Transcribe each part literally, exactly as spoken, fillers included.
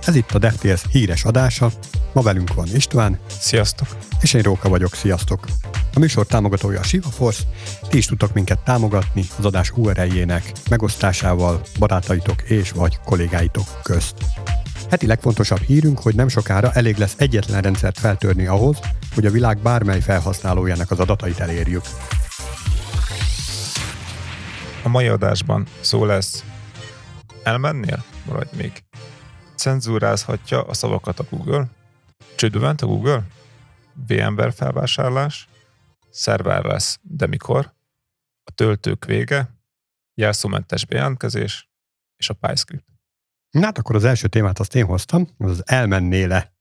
Ez itt a DevTales híres adása, ma velünk van István. Sziasztok! És én Róka vagyok, sziasztok! A műsor támogatója a ShivaForce, ti is tudtok minket támogatni az adás u er el-jének megosztásával barátaitok és vagy kollégáitok közt. Heti legfontosabb hírünk, hogy nem sokára elég lesz egyetlen rendszert feltörni ahhoz, hogy a világ bármely felhasználójának az adatait elérjük. A mai adásban szó lesz: elmennél? Maradj még. Cenzúrázhatja a szavakat a Google? Csődbe ment a Google? VMware felvásárlás? Szerver lesz, de mikor? A töltők vége? Jelszómentes bejelentkezés? És a PyScript. Na hát akkor az első témát azt én hoztam, az az elmennéle.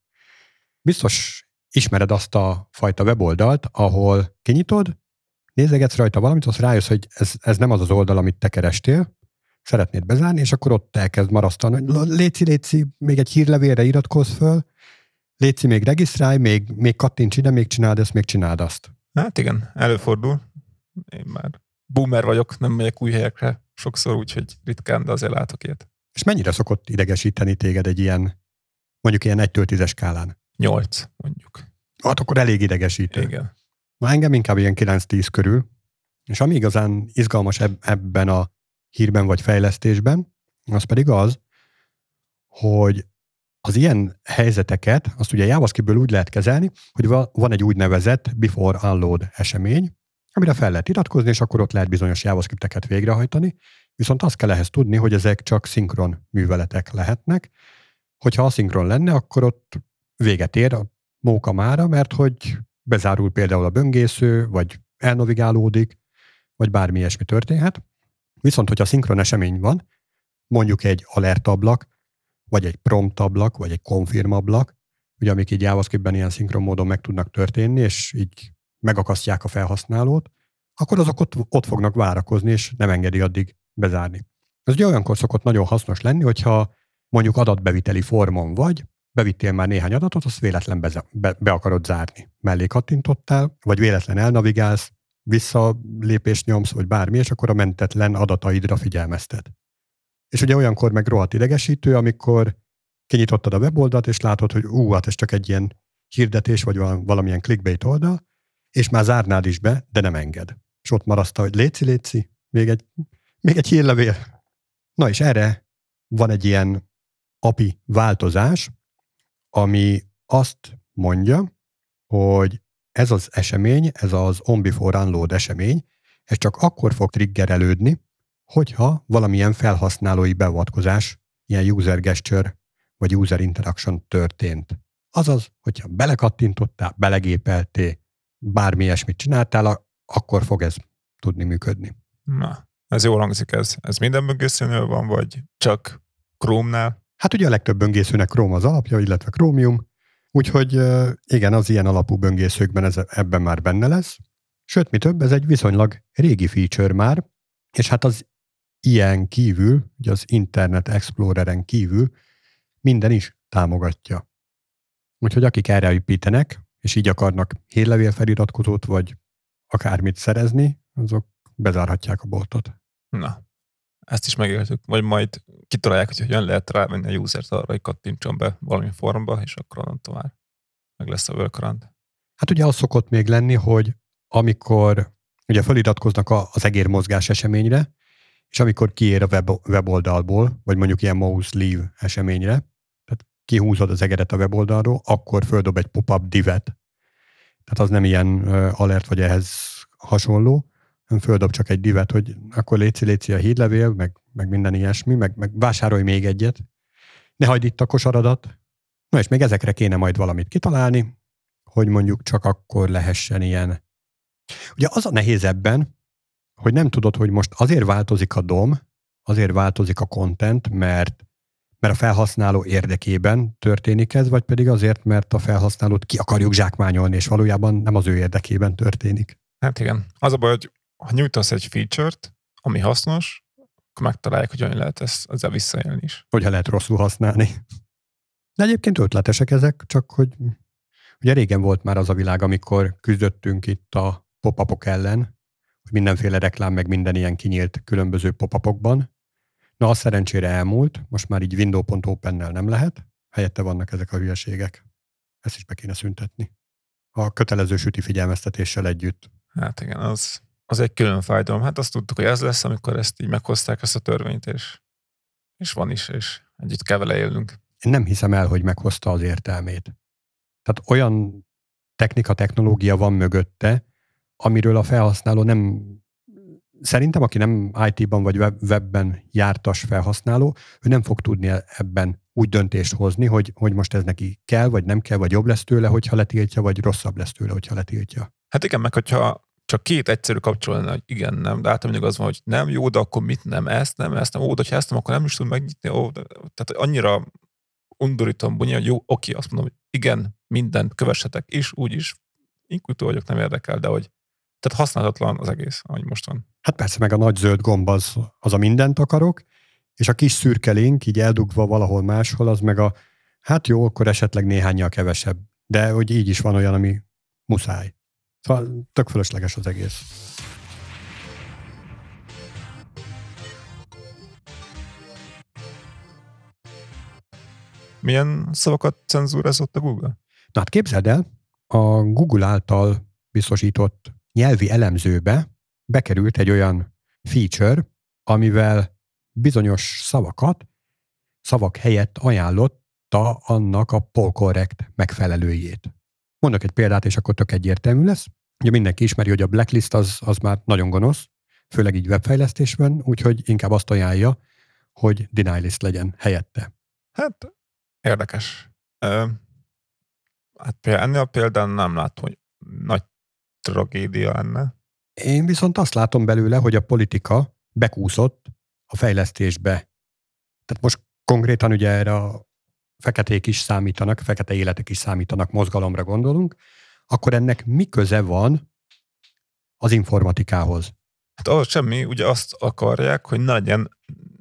Biztos ismered azt a fajta weboldalt, ahol kinyitod, nézegetsz rajta valamit, azt rájössz, hogy ez, ez nem az az oldal, amit te kerestél, szeretnéd bezárni, és akkor ott elkezd marasztalni, hogy léci, léci, még egy hírlevélre iratkozz föl, léci, még regisztrálj, még, még kattints ide, még csináld ezt, még csináld azt. Hát igen, előfordul. Én már boomer vagyok, nem megyek új helyekre sokszor, úgyhogy ritkán, de azért látok ilyet. És mennyire szokott idegesíteni téged egy ilyen, mondjuk ilyen egytől tízes skálán? Nyolc, mondjuk. Hát akkor elég idegesítő. Igen. Na engem inkább ilyen kilenc-tíz körül, és ami igazán izgalmas eb- ebben a hírben vagy fejlesztésben, az pedig az, hogy az ilyen helyzeteket, azt ugye JavaScriptből úgy lehet kezelni, hogy van egy úgynevezett before unload esemény, amire fel lehet iratkozni, és akkor ott lehet bizonyos JavaScripteket végrehajtani, viszont azt kell ehhez tudni, hogy ezek csak szinkron műveletek lehetnek. Hogyha aszinkron lenne, akkor ott véget ér a móka mára, mert hogy bezárul például a böngésző, vagy elnavigálódik, vagy bármi ilyesmi történhet. Viszont, hogyha szinkron esemény van, mondjuk egy alert ablak, vagy egy prompt ablak, vagy egy confirm ablak, ugye amik így JavaScriptben ilyen szinkron módon meg tudnak történni, és így megakasztják a felhasználót, akkor azok ott, ott fognak várakozni, és nem engedi addig bezárni. Ez ugye olyankor szokott nagyon hasznos lenni, hogyha mondjuk adatbeviteli formon vagy, bevittél már néhány adatot, azt véletlen be, be, be akarod zárni. Mellé kattintottál, vagy véletlen elnavigálsz, visszalépést nyomsz, vagy bármi, és akkor a mentetlen adataidra figyelmeztet. És ugye olyankor meg rohadt idegesítő, amikor kinyitottad a weboldalt, és látod, hogy ú, hát ez csak egy ilyen hirdetés, vagy valamilyen clickbait oldal, és már zárnád is be, de nem enged. És ott maraszta, hogy léci, léci, még egy, még egy hírlevél. Na és erre van egy ilyen á pé i változás, ami azt mondja, hogy ez az esemény, ez az on before unload esemény, ez csak akkor fog triggerelődni, hogyha valamilyen felhasználói beavatkozás, ilyen user gesture vagy user interaction történt. Azaz, hogyha belekattintottál, belegépeltél, bármi ilyesmit csináltál, akkor fog ez tudni működni. Na, ez jól hangzik ez. Ez minden böngészőnél van, vagy csak Chrome-nál? Hát ugye a legtöbb böngészőnek Chrome az alapja, illetve Chromium, úgyhogy igen, az ilyen alapú böngészőkben ez, ebben már benne lesz. Sőt, mi több, ez egy viszonylag régi feature már, és hát az ilyen kívül, ugye az Internet Exploreren kívül minden is támogatja. Úgyhogy akik erre építenek, és így akarnak hírlevél feliratkozót, vagy akármit szerezni, azok bezárhatják a boltot. Na, ezt is megéltük. Vagy majd kitalálják, hogy hogyan lehet rávenni a usert arra, hogy kattintson be valami formba, és akkor onnantól már meg lesz a workaround. Hát ugye az szokott még lenni, hogy amikor ugye feliratkoznak az egérmozgás eseményre, és amikor kiér a web, weboldalból, vagy mondjuk ilyen mouse leave eseményre, tehát kihúzod az egeret a weboldalról, akkor földob egy pop-up divet. Tehát az nem ilyen uh, alert, vagy ehhez hasonló, hanem földob csak egy divet, hogy akkor léci, léci a hírlevél, meg, meg minden ilyesmi, meg, meg vásárolj még egyet. Ne hagyd itt a kosaradat. Na és még ezekre kéne majd valamit kitalálni, hogy mondjuk csak akkor lehessen ilyen. Ugye az a nehéz ebben, hogy nem tudod, hogy most azért változik a dom, azért változik a content, mert, mert a felhasználó érdekében történik ez, vagy pedig azért, mert a felhasználót ki akarjuk zsákmányolni, és valójában nem az ő érdekében történik. Hát igen. Az a baj, hogy ha nyújtasz egy feature-t, ami hasznos, akkor megtalálják, hogy hogyan lehet ezt, ezzel visszaélni is. Hogyha lehet rosszul használni. De egyébként ötletesek ezek, csak hogy ugye régen volt már az a világ, amikor küzdöttünk itt a pop-upok ellen, hogy mindenféle reklám, meg minden ilyen kinyílt különböző pop-upokban. Na, az szerencsére elmúlt, most már így window.open-nel nem lehet, helyette vannak ezek a hülyeségek. Ezt is be kéne szüntetni. A kötelező süti figyelmeztetéssel együtt. Hát igen, az, az egy külön fájdalom. Hát azt tudtuk, hogy ez lesz, amikor ezt így meghozták, ezt a törvényt, és, és van is, és együtt kell vele élnünk. Én nem hiszem el, hogy meghozta az értelmét. Tehát olyan technika, technológia van mögötte, amiről a felhasználó nem... Szerintem, aki nem í té-ban vagy webben jártas felhasználó, ő nem fog tudni ebben úgy döntést hozni, hogy, hogy most ez neki kell, vagy nem kell, vagy jobb lesz tőle, hogyha letiltja, vagy rosszabb lesz tőle, hogyha letiltja. Hát igen, meg hogyha csak két egyszerű kapcsolódna, hogy igen, nem, de általában mindig az van, hogy nem, jó, de akkor mit nem, ezt nem, ezt nem, ó, de ha ezt nem, akkor nem is tud megnyitni, ó, de, tehát annyira undorítom, bonyolult, hogy jó, oké, azt mondom, hogy igen, mindent kövessetek, és úgyis intuitú vagyok, nem érdekel, de hogy tehát használhatatlan az egész, ahogy most van. Hát persze, meg a nagy zöld gomb az, az a mindent akarok, és a kis szürke link így eldugva valahol máshol, az meg a, hát jó, akkor esetleg néhányal kevesebb. De hogy így is van olyan, ami muszáj. Szóval tök fölösleges az egész. Milyen szavakat cenzúrázott a Google? Na hát képzeld el, a Google által biztosított nyelvi elemzőbe bekerült egy olyan feature, amivel bizonyos szavakat, szavak helyett ajánlotta annak a polkorrekt megfelelőjét. Mondok egy példát, és akkor tök egyértelmű lesz. Ugye mindenki ismeri, hogy a blacklist az, az már nagyon gonosz, főleg így webfejlesztésben, úgyhogy inkább azt ajánlja, hogy deny list legyen helyette. Hát, érdekes. Ö, hát például ennél a példán nem látom, hogy nagy tragédia lenne. Én viszont azt látom belőle, hogy a politika bekúszott a fejlesztésbe. Tehát most konkrétan ugye erre a feketék is számítanak, fekete életek is számítanak, mozgalomra gondolunk, akkor ennek mi köze van az informatikához? Hát ahhoz semmi, ugye azt akarják, hogy ne legyen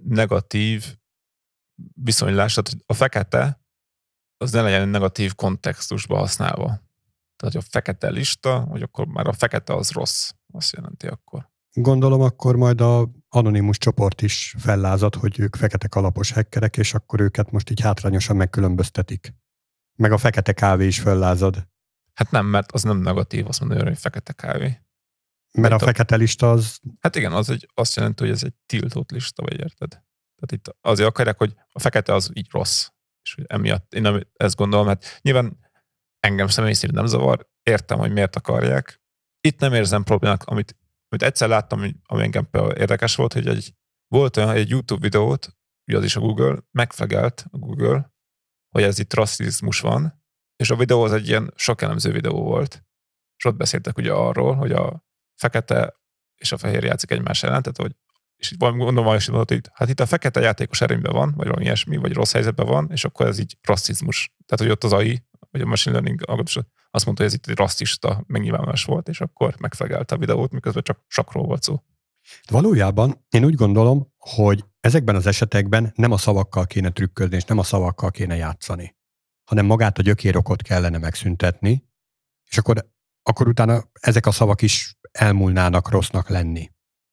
negatív viszonylás, tehát a fekete az ne legyen negatív kontextusba használva. Tehát, hogy a fekete lista, hogy akkor már a fekete az rossz, azt jelenti akkor. Gondolom akkor majd a anonimus csoport is fellázad, hogy ők fekete kalapos hackerek, és akkor őket most így hátrányosan megkülönböztetik. Meg a fekete kávé is fellázad. Hát nem, mert az nem negatív, azt mondja, hogy fekete kávé. Mert a fekete lista az... Hát igen, az egy, azt jelenti, hogy ez egy tiltott lista, vagy érted? Tehát itt azért akarják, hogy a fekete az így rossz. És hogy emiatt én nem ezt gondolom, hát nyilván engem személy szerint nem zavar, értem, hogy miért akarják. Itt nem érzem problémák, amit, amit egyszer láttam, ami engem például érdekes volt, hogy egy, volt olyan, egy YouTube videót, ugye az is a Google, megflegelt a Google, hogy ez itt rasszizmus van, és a videó az egy ilyen sok elemző videó volt, és ott beszéltek ugye arról, hogy a fekete és a fehér játszik egymás ellen, tehát hogy és itt valami gondolom, hogy itt, hát itt a fekete játékos erőnyben van, vagy valami ilyesmi, vagy rossz helyzetben van, és akkor ez így rasszizmus. Tehát, hogy ott az á i, vagy a machine learning algoritmus azt mondta, hogy ez itt egy rasszista megnyilvánulás volt, és akkor megflegelte a videót, miközben csak sakról volt szó. Valójában én úgy gondolom, hogy ezekben az esetekben nem a szavakkal kéne trükközni, és nem a szavakkal kéne játszani, hanem magát a gyökérokot kellene megszüntetni, és akkor, akkor utána ezek a szavak is elmúlnának rossznak lenni.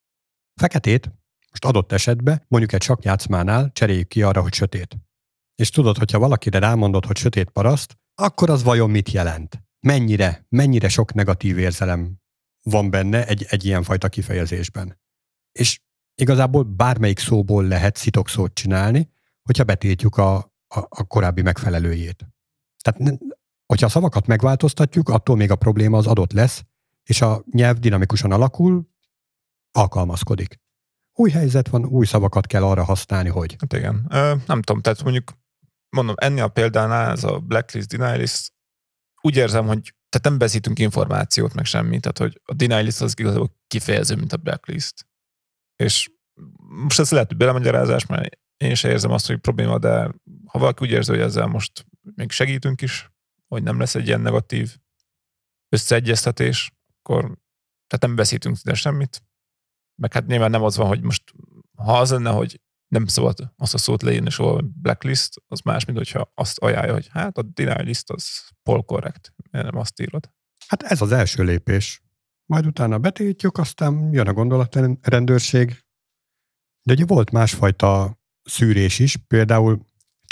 Feketét most adott esetben, mondjuk egy sakkjátszmánál cseréljük ki arra, hogy sötét. És tudod, hogyha valakire rámondod, hogy sötét paraszt, akkor az vajon mit jelent? Mennyire, mennyire sok negatív érzelem van benne egy, egy ilyenfajta kifejezésben. És igazából bármelyik szóból lehet szitokszót csinálni, hogyha betiltjuk a, a, a korábbi megfelelőjét. Tehát, hogyha a szavakat megváltoztatjuk, attól még a probléma az adott lesz, és a nyelv dinamikusan alakul, alkalmazkodik. Új helyzet van, új szavakat kell arra használni, hogy... Hát igen. Ö, nem tudom, tehát mondjuk mondom, ennél a példánál ez a blacklist, deny list, úgy érzem, hogy tehát nem beszítünk információt, meg semmit, tehát hogy a deny list az igazából kifejező, mint a blacklist. És most ez lehet, hogy belemagyarázás, mert én sem érzem azt, hogy probléma, de ha valaki úgy érzi, hogy ezzel most még segítünk is, hogy nem lesz egy ilyen negatív összeegyeztetés, akkor tehát nem beszítünk ide semmit. Meg hát nyilván nem az van, hogy most ha az lenne, hogy nem szabad azt a szót leírni, és ahol blacklist, az más, mint hogyha azt ajánlja, hogy hát a deny list az polkorrekt, nem azt írod. Hát ez az első lépés. Majd utána betiltjuk, aztán jön a gondolatrendőrség. De ugye volt másfajta szűrés is, például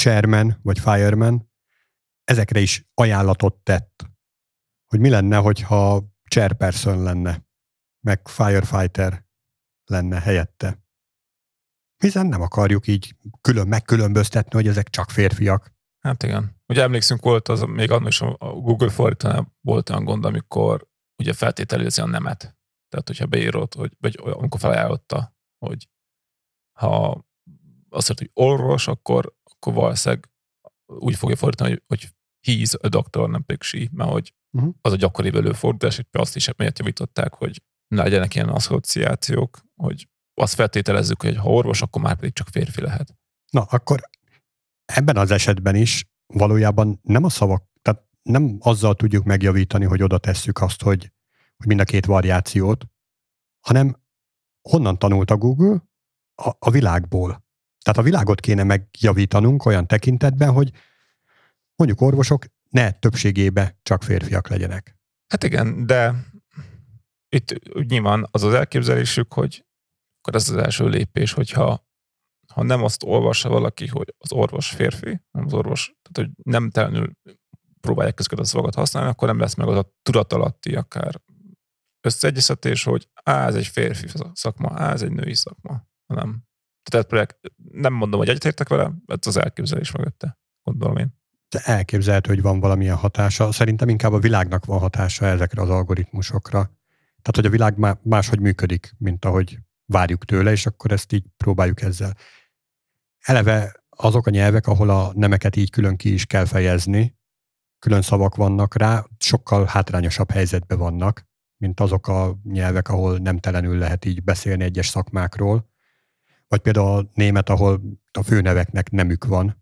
chairman vagy fireman ezekre is ajánlatot tett, hogy mi lenne, hogyha chairperson lenne, meg firefighter lenne helyette. Hiszen nem akarjuk így külön megkülönböztetni, hogy ezek csak férfiak. Hát igen. Ugye emlékszünk, volt az, még annak is a Google fordítónál volt olyan gond, amikor ugye feltételezi a nemet. Tehát, hogyha beírod, hogy, vagy amikor felajánlotta, hogy ha azt mondja, hogy orvos, akkor, akkor valószínűleg úgy fogja fordítani, hogy, hogy he is a doctor, nem pedig she, mert hogy uh-huh. az a gyakori előfordulás, hogy azt is miért javították, hogy ne legyenek ilyen asszociációk, hogy azt feltételezzük, hogy ha orvos, akkor már pedig csak férfi lehet. Na, akkor ebben az esetben is valójában nem a szavak, tehát nem azzal tudjuk megjavítani, hogy oda tesszük azt, hogy, hogy mind a két variációt, hanem honnan tanult a Google? A, a világból. Tehát a világot kéne megjavítanunk olyan tekintetben, hogy mondjuk orvosok ne többségében csak férfiak legyenek. Hát igen, de itt nyilván az az elképzelésük, hogy akkor ez az első lépés, hogyha ha nem azt olvassa valaki, hogy az orvos férfi, hanem az orvos, tehát hogy nem telenül próbálják ezeket a szavakat használni, akkor nem lesz meg az a tudatalatti akár összeegyeztetés, hogy á, ez egy férfi szakma, á, ez egy női szakma, hanem tehát nem mondom, hogy egyetértek vele, ez az elképzelés mögötte, gondolom én. De elképzelhető, hogy van valamilyen hatása. Szerintem inkább a világnak van hatása ezekre az algoritmusokra. Tehát, hogy a világ máshogy működik, mint ahogy várjuk tőle, és akkor ezt így próbáljuk ezzel. Eleve azok a nyelvek, ahol a nemeket így külön ki is kell fejezni, külön szavak vannak rá, sokkal hátrányosabb helyzetben vannak, mint azok a nyelvek, ahol nemtelenül lehet így beszélni egyes szakmákról, vagy például a német, ahol a főneveknek nemük van.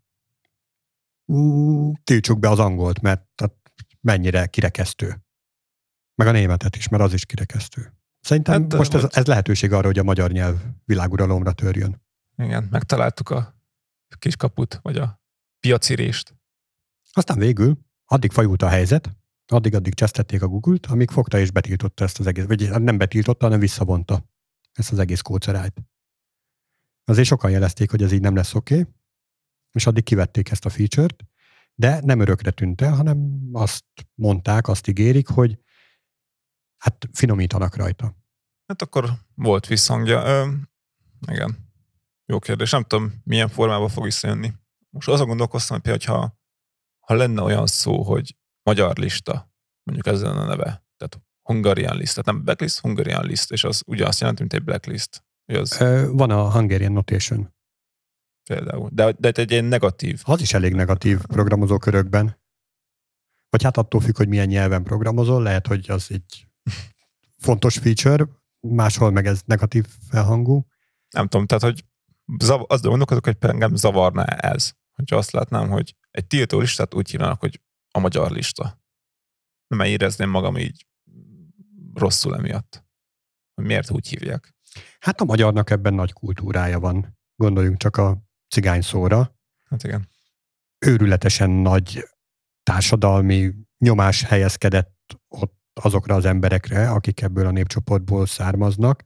Tiltsuk be az angolt, mert mennyire kirekesztő. Meg a németet is, mert az is kirekesztő. Szerintem hát, most ez, ez lehetőség arra, hogy a magyar nyelv világuralomra törjön. Igen, megtaláltuk a kiskaput, vagy a piacirést. Aztán végül, addig fajult a helyzet, addig-addig csesztették a Google-t, amíg fogta és betiltotta ezt az egész, vagy nem betiltotta, hanem visszavonta ezt az egész kódszerájt. Azért sokan jelezték, hogy ez így nem lesz oké, okay, és addig kivették ezt a feature-t, de nem örökre tűnt el, hanem azt mondták, azt ígérik, hogy hát finomítanak rajta. Hát akkor volt visszhangja. Ö, igen. Jó kérdés. Nem tudom, milyen formában fog visszajönni. Most azon gondolkoztam, hogy például, ha, ha lenne olyan szó, hogy magyar lista, mondjuk ez lenne a neve, tehát Hungarian list, tehát nem blacklist, Hungarian list, és az ugye azt jelenti, mint egy blacklist. Az... Van a Hungarian notation. Például. De, de egy ilyen negatív. Az is elég negatív programozó körökben. Vagy hát attól függ, hogy milyen nyelven programozol, lehet, hogy az egy fontos feature, máshol meg ez negatív felhangú. Nem tudom, tehát, hogy zav- azt gondolkodok, hogy engem zavarná ez. Hogyha azt látnám, hogy egy tiltó listát úgy hívnak, hogy a magyar lista. Nem érezném magam így rosszul emiatt. Miért úgy hívják? Hát a magyarnak ebben nagy kultúrája van. Gondoljunk csak a cigány szóra. Hát igen. Őrületesen nagy társadalmi nyomás helyezkedett ott azokra az emberekre, akik ebből a népcsoportból származnak,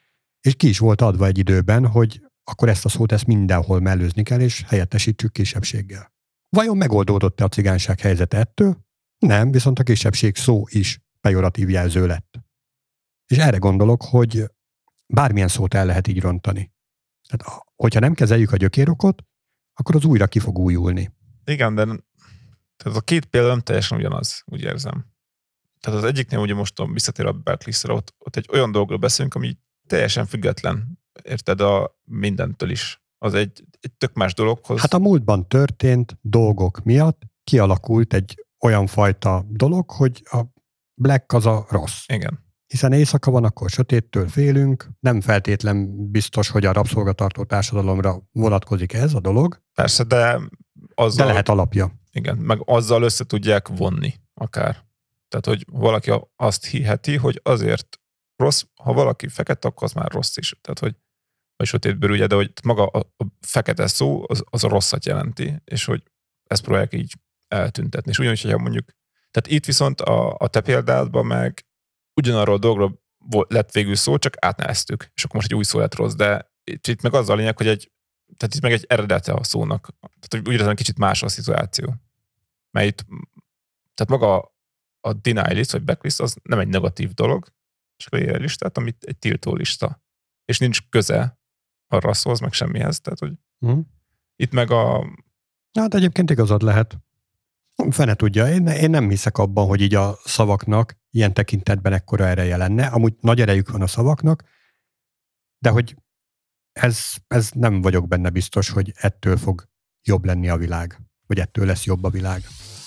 és ki is volt adva egy időben, hogy akkor ezt a szót ezt mindenhol mellőzni kell, és helyettesítsük kisebbséggel. Vajon megoldódott-e a cigányság helyzete ettől? Nem, viszont a kisebbség szó is pejoratív jelző lett. És erre gondolok, hogy bármilyen szót el lehet így rontani. Tehát, hogyha nem kezeljük a gyökérokot, akkor az újra ki fog újulni. Igen, de tehát a két példa nem teljesen ugyanaz, úgy érzem. Tehát az egyiknél ugye most visszatér a Berkeley-re, ott, ott egy olyan dologról beszélünk, ami teljesen független, érted, a mindentől is. Az egy, egy tök más dologhoz. Hát a múltban történt dolgok miatt kialakult egy olyan fajta dolog, hogy a black az a rossz. Igen. Hiszen éjszaka van, akkor sötéttől félünk, nem feltétlen biztos, hogy a rabszolgatartó társadalomra vonatkozik ez a dolog. Persze, de azzal... De lehet alapja. Igen, meg azzal össze tudják vonni akár. Tehát, hogy valaki azt hiheti, hogy azért rossz, ha valaki fekete, akkor az már rossz is. Tehát, hogy vagy sötétbőrű, ugye, de hogy maga a, a fekete szó az, az a rosszat jelenti, és hogy ezt próbálják így eltüntetni. És ugyanúgy, hogyha mondjuk, tehát itt viszont a, a te példádban meg ugyanarról a dologról lett végül szó, csak átneveztük, és akkor most egy új szó lett rossz, de itt, itt meg az a lényeg, hogy egy tehát itt meg egy eredete a szónak. Tehát úgy érzem, kicsit más a szituáció. Mert itt, tehát maga a deny list, vagy backlist, az nem egy negatív dolog, csak egy listát, amit egy tiltó lista. És nincs köze arra szólsz, meg semmihez. Tehát, hogy uh-huh. itt meg a... Hát egyébként igazad lehet. Fene tudja, én, én nem hiszek abban, hogy így a szavaknak ilyen tekintetben ekkora ereje lenne. Amúgy nagy erejük van a szavaknak, de hogy ez, ez nem vagyok benne biztos, hogy ettől fog jobb lenni a világ, vagy ettől lesz jobb a világ.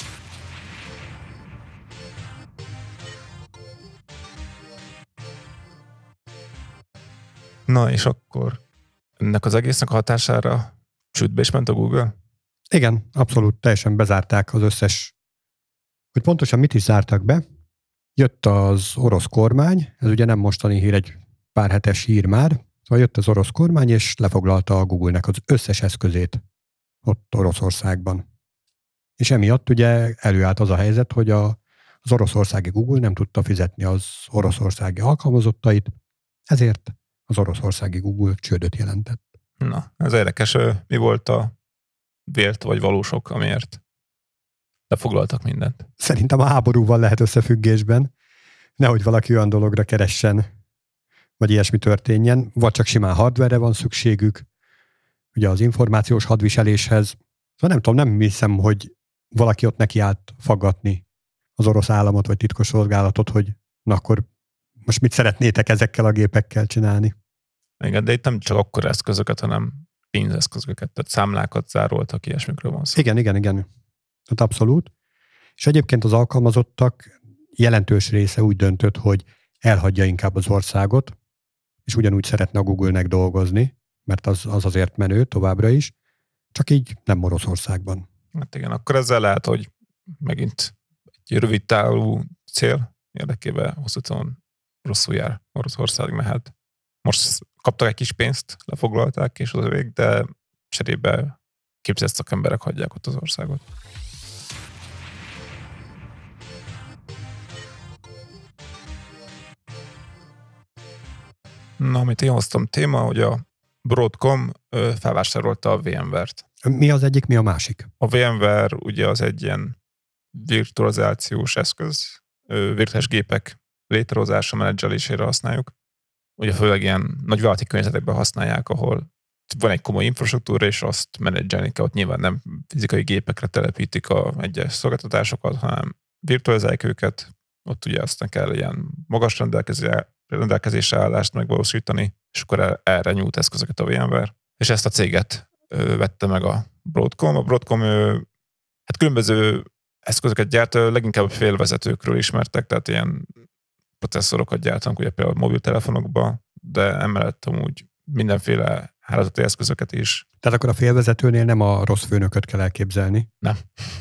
Na, és akkor ennek az egésznek a hatására csődbe is ment a Google? Igen, abszolút teljesen bezárták az összes, hogy pontosan mit is zártak be. Jött az orosz kormány, ez ugye nem mostani hír, egy pár hetes hír már, szóval jött az orosz kormány, és lefoglalta a Google-nek az összes eszközét ott Oroszországban. És emiatt ugye előállt az a helyzet, hogy a, az oroszországi Google nem tudta fizetni az oroszországi alkalmazottait, ezért az oroszországi Google csődöt jelentett. Na, ez érdekes. Mi volt a vélt vagy valósok, amiért lefoglaltak mindent? Szerintem a háborúval lehet összefüggésben. Nehogy valaki olyan dologra keressen, vagy ilyesmi történjen, vagy csak simán hardware-re van szükségük, ugye az információs hadviseléshez. Szóval nem tudom, nem hiszem, hogy valaki ott neki állt faggatni az orosz államot, vagy titkos szolgálatot, hogy na akkor most mit szeretnétek ezekkel a gépekkel csinálni? Igen, de itt nem csak akkor eszközöket, hanem pénzeszközöket, tehát számlákat zároltak, ilyesmikről van szó. Igen, igen, igen. Tehát abszolút. És egyébként az alkalmazottak jelentős része úgy döntött, hogy elhagyja inkább az országot, és ugyanúgy szeretne a Google-nek dolgozni, mert az, az azért menő továbbra is, csak így nem Oroszországban. Hát igen, akkor ezzel lehet, hogy megint egy rövid távú cél érdekében hosszú távon rosszul jár Oroszország, mert hát most kaptak egy kis pénzt, lefoglalták, és az vég, de cserébe képzett szakemberek hagyják ott az országot. Na, amit én hoztam téma, hogy a Broadcom felvásárolta a VMware-t. Mi az egyik, mi a másik? A VMware ugye az egy ilyen virtualizációs eszköz, virtuális gépek létrehozása, menedzselésére használjuk. Ugye főleg ilyen nagyvállalati környezetekben használják, ahol van egy komoly infrastruktúra, és azt menedzselni kell, ott nyilván nem fizikai gépekre telepítik a egyes szolgáltatásokat, hanem virtualizálják őket, ott ugye aztán kell ilyen magas rendelkezésre állást megvalósítani, és akkor erre nyújt eszközöket a VMware. És ezt a céget ö, vette meg a Broadcom. A Broadcom ö, hát különböző eszközöket gyárt, leginkább félvezetőkről ismertek, tehát ilyen processzorokat gyártanak, ugye például mobiltelefonokba, de emellett amúgy mindenféle hálózati eszközöket is. Tehát akkor a félvezetőnél nem a rossz főnököt kell elképzelni? Nem.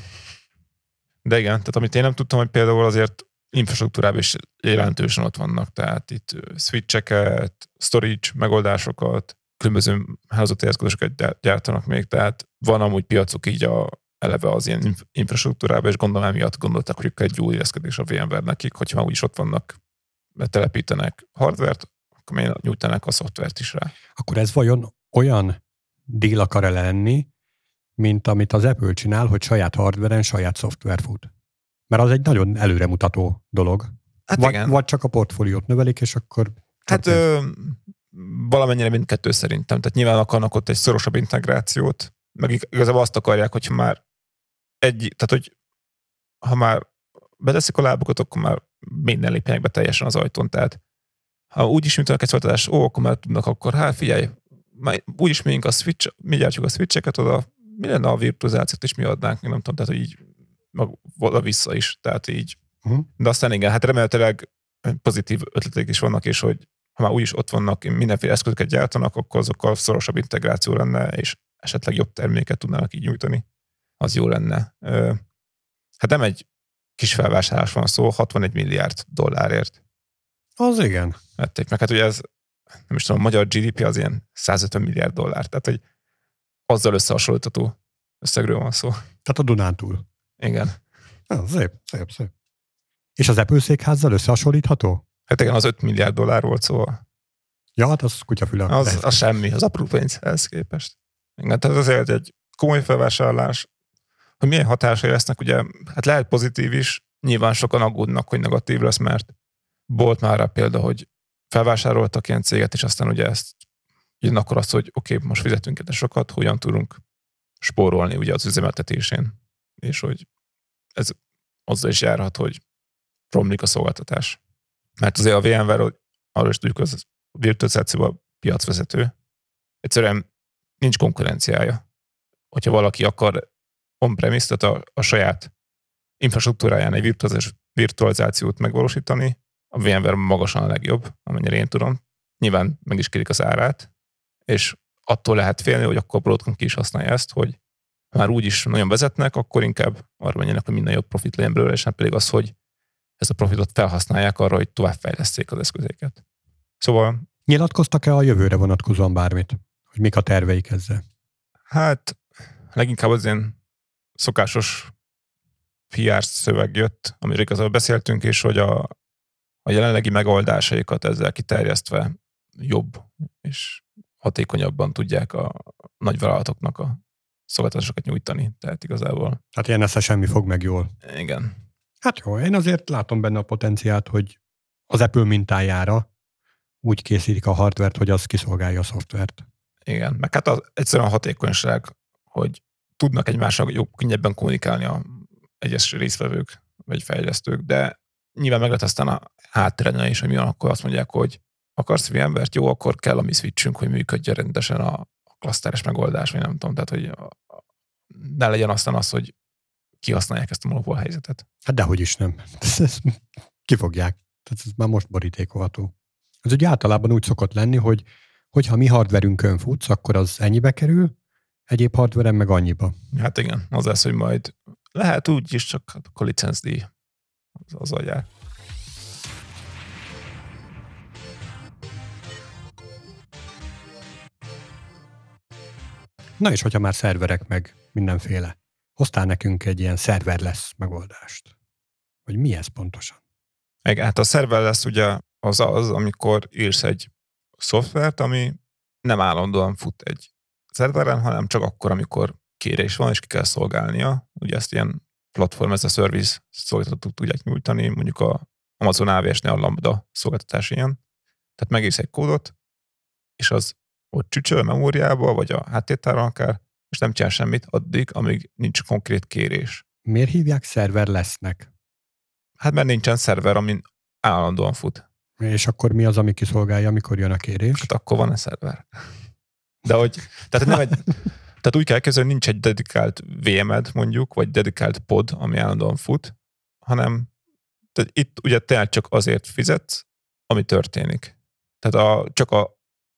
De igen, tehát amit én nem tudtam, hogy például azért infrastruktúrában is jelentősen ott vannak, tehát itt switcheket, storage megoldásokat, különböző hálózati eszközöket gyártanak még, tehát van amúgy piacuk így a, eleve az ilyen infrastruktúrában, és gondolom emiatt gondolták, hogy egy jó illeszkedés a VMware nekik, hogyha már úgyis ott vannak, telepítenek hardvert, akkor miért nyújtanak a szoftvert is rá. Akkor ez vajon olyan deal akar-e lenni, mint amit az Apple csinál, hogy saját hardveren saját szoftver fut? Mert az egy nagyon előremutató dolog. Hát vagy, igen. vagy csak a portfóliót növelik, és akkor... Hát ö, valamennyire mindkettő szerintem. Tehát nyilván akarnak ott egy szorosabb integrációt, meg igazából azt akarják, hogy már egy, tehát hogy ha már beteszik a lábukat, akkor már minden lépjenek be teljesen az ajtón. Tehát ha úgyis nyújtanak egy szolgáltatást, ó, akkor már tudnak, akkor hát figyelj, úgyis miénk a switch, mi gyártjuk a switcheket oda, mi lenne a virtualizációt, és mi adnánk, nem tudom, tehát hogy így oda vissza is, tehát így. Uh-huh. De aztán igen, hát remélhetőleg pozitív ötletek is vannak, és hogy ha már úgyis ott vannak, mindenféle eszközöket gyártanak, akkor azokkal szorosabb integráció lenne, és esetleg jobb terméket tudnának így nyújtani. Az jó lenne. Hát nem egy kis felvásárlás van szó, hatvanegy milliárd dollárért. Az igen. Vették meg. Hát ugye ez, nem is tudom, a magyar gé dé pé az ilyen százötven milliárd dollár. Tehát, hogy azzal összehasonlítható összegről van szó. Tehát a Dunántúl. Igen. Ja, szép, szép, szép. És az Apple székházzal összehasonlítható? Hát igen, az öt milliárd dollár volt, szóval. Ja, hát az kutyafüle. Az, az semmi, az apró pénz ehhez képest. Igen, tehát azért egy komoly felvásárlás, hogy milyen hatásai lesznek, ugye, hát lehet pozitív is, nyilván sokan aggódnak, hogy negatív lesz, mert volt már rá példa, hogy felvásároltak ilyen céget, és aztán ugye ezt jön akkor azt, hogy oké, okay, most fizetünk egy sokat, hogyan tudunk spórolni ugye az üzemeltetésén, és hogy ez azzal is járhat, hogy romlik a szolgáltatás. Mert azért a VMware, arról is tudjuk, az virtualizációban piacvezető. Egyszerűen nincs konkurenciája. Hogyha valaki akar on-premise, tehát a, a saját infrastruktúráján egy virtualizációt megvalósítani, a VMware magasan a legjobb, amennyire én tudom. Nyilván meg is kérik az árát, és attól lehet félni, hogy akkor Broadcom ki is használja ezt, hogy már úgy is nagyon vezetnek, akkor inkább arra menjenek, hogy minden jobb profit legyen belőle, és nem pedig az, hogy ezt a profitot felhasználják arra, hogy továbbfejleszték az eszközéket. Szóval... Nyilatkoztak-e a jövőre vonatkozóan bármit? Hogy mik a terveik ezzel? Hát leginkább az ilyen szokásos pé er szöveg jött, amiről igazából beszéltünk, és hogy a, a jelenlegi megoldásaikat ezzel kiterjesztve jobb és hatékonyabban tudják a nagyvállalatoknak a szolgáltatásokat nyújtani. Tehát igazából... Hát ilyen esze semmi fog meg jól. Igen. Hát jó, én azért látom benne a potenciált, hogy az Apple mintájára úgy készítik a hardvert, hogy az kiszolgálja a szoftvert. Igen, meg hát az egyszerűen a hatékonyság, hogy tudnak egymással jobb, könnyebben kommunikálni a egyes résztvevők vagy fejlesztők, de nyilván meg lehet aztán a háttérben is, hogy mi van, akkor azt mondják, hogy akarsz VMware-t, jó, akkor kell a mi switchünk, hogy működjön rendesen a klaszteres megoldás, vagy nem tudom, tehát hogy ne legyen aztán az, hogy kihasználják ezt a monopól helyzetet. Hát dehogy is nem. Ezt kifogják. Tehát ez már most borítékolható. Ez ugye általában úgy szokott lenni, hogy hogyha mi hardverünkön futsz, akkor az ennyibe kerül, egyéb hardveren meg annyiba. Hát igen, az lesz, hogy majd lehet úgy is, csak akkor licencdíj az, az agyár. Na és hogyha már szerverek meg mindenféle, hoztál nekünk egy ilyen serverless megoldást. Vagy mi ez pontosan? Meg hát a serverless ugye az az, amikor írsz egy szoftvert, ami nem állandóan fut egy szerveren, hanem csak akkor, amikor kérés van, és ki kell szolgálnia. Ugye ezt ilyen platform as a service szolgáltatók tudják nyújtani, mondjuk a Amazon á vé es-nél a Lambda szolgáltatás ilyen. Tehát megírsz egy kódot, és az ott csücsöl memóriába, vagy a háttértáron akár, és nem csinál semmit addig, amíg nincs konkrét kérés. Miért hívják serverlessnek? Hát mert nincsen szerver, amin állandóan fut. És akkor mi az, ami kiszolgálja, amikor jön a kérés? Hát akkor van a szerver. De hogy, tehát nem egy, tehát úgy kell elképzelni, hogy nincs egy dedikált vé em-ed mondjuk, vagy dedikált pod, ami állandóan fut, hanem tehát itt ugye tényleg csak azért fizetsz, ami történik. Tehát a, csak a,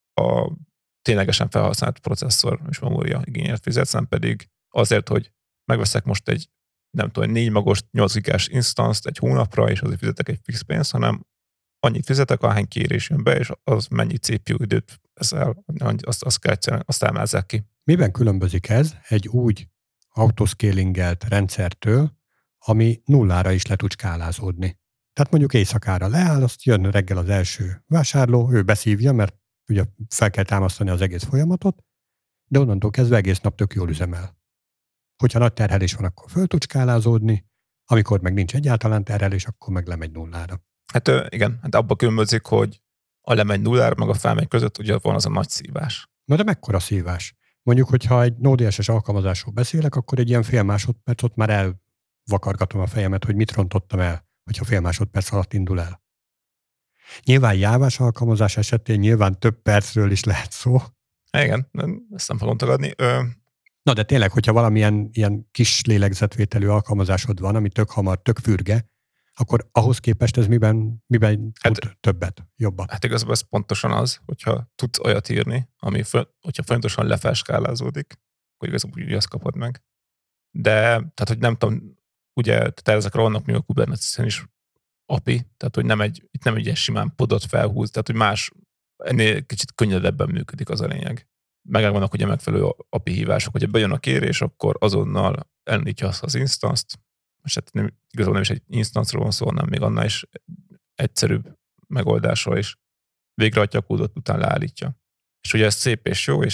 a ténylegesen felhasznált processzor és memória igényért fizetsz, nem pedig azért, hogy megveszek most egy nem tudom, négy magos, nyolc gigás instance-t egy hónapra, és azért fizetek egy fix pénzt, hanem annyit fizetek, ahány kérés jön be, és az mennyi cé pé u időt veszel, azt, azt kell egyszerűen, azt elmázzák ki. Miben különbözik ez egy úgy autoscalingelt rendszertől, ami nullára is le tud skálázódni? Tehát mondjuk éjszakára leáll, azt jön reggel az első vásárló, ő beszívja, mert ugye fel kell támasztani az egész folyamatot, de onnantól kezdve egész nap tök jól üzemel. Hogyha nagy terhelés van, akkor föl tud skálázódni, amikor meg nincs egyáltalán terhelés, akkor meg lemegy nullára. Hát igen, hát abba különbözik, hogy a lemegy nullára, meg a felmegy között ugye van az a nagy szívás. Na de mekkora szívás? Mondjuk, hogyha egy Node.js-es alkalmazásról beszélek, akkor egy ilyen fél másodpercot már elvakargatom a fejemet, hogy mit rontottam el, hogyha fél másodperc alatt indul el. Nyilván jávás alkalmazás esetén nyilván több percről is lehet szó. Igen, ezt nem fogom tagadni. Ö... Na de tényleg, hogyha valamilyen ilyen kis lélegzetvételű alkalmazásod van, ami tök hamar, tök fürge, akkor ahhoz képest ez miben, miben hát, tud többet, jobbat? Hát igazából ez pontosan az, hogyha tudsz olyat írni, ami föl, hogyha folyamatosan lefelskálázódik, akkor igazából úgy azt kapod meg. De, tehát, hogy nem tudom, ugye, tehát ezekre vannak még a Kubernetes-en is á pé i, tehát, hogy nem egy, itt nem egy ilyen simán podot felhúz, tehát, hogy más, ennél kicsit könnyedebben működik az a lényeg. Meg vannak ugye megfelelő á pé i hívások, hogyha bejön a kérés, akkor azonnal elindítja azt az instance-t, és hát nem, igazából nem is egy instance-ról van szó, hanem még annál is egyszerűbb megoldásról is végrehajtja a kódot, után leállítja. És ugye ez szép és jó, és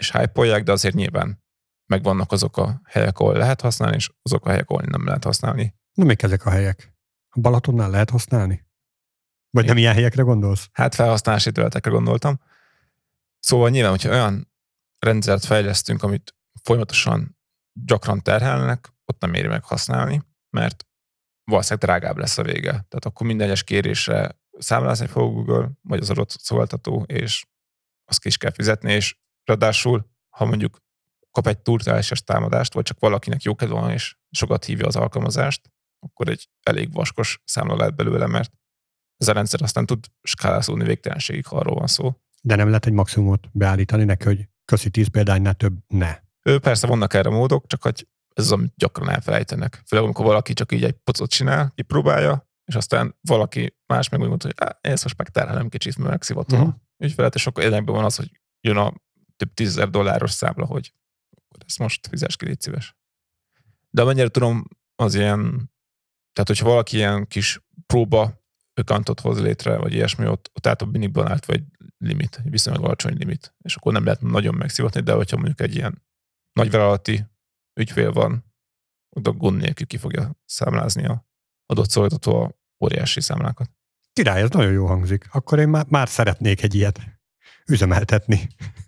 és hype-olják, de azért nyilván megvannak azok a helyek, ahol lehet használni, és azok a helyek, ahol nem lehet használni. Na, mik ezek a helyek? A Balatonnál lehet használni? Vagy nem ilyen helyekre gondolsz? Hát felhasználási területekre gondoltam. Szóval nyilván, hogyha olyan rendszert fejlesztünk, amit folyamatosan gyakran terhelnek, ott nem éri meg használni, mert valószínűleg drágább lesz a vége. Tehát akkor minden egyes kérésre számlázni fog Google, vagy az adott szolgáltató, és azt ki is kell fizetni, és ráadásul, ha mondjuk kap egy túlteléses támadást, vagy csak valakinek jó kedve van, és sokat hívja az alkalmazást, akkor egy elég vaskos számla lehet belőle, mert ez a rendszer aztán tud skálázódni végtelenségig, ha arról van szó. De nem lehet egy maximumot beállítani neki, hogy köszi tíz példánynál több ne. Ő persze vannak erre módok, csak hogy ez az, amit gyakran elfelejtenek. Főleg, amikor valaki csak így egy pocot csinál, kipróbálja, és aztán valaki más meg úgy mondta, hogy én ezt most megterhelem kicsit, mert megszivatom uh-huh. ügyfelet, és akkor érdekben van az, hogy jön a több tízezer dolláros számla, hogy ezt most fizes ki, légy szíves. De amennyire tudom, az ilyen, tehát hogyha valaki ilyen kis próba accountot hoz létre, vagy ilyesmi, ott, ott általában mindig van állt, vagy limit, egy viszonylag alacsony limit, és akkor nem lehet nagyon megszivatni, de hogyha mondjuk egy ilyen nagyvállalati ügyfél van, oda gond nélkül ki fogja számlázni a adott szolgáltató a óriási számlákat. Király, ez nagyon jó hangzik. Akkor én már, már szeretnék egy ilyet üzemeltetni.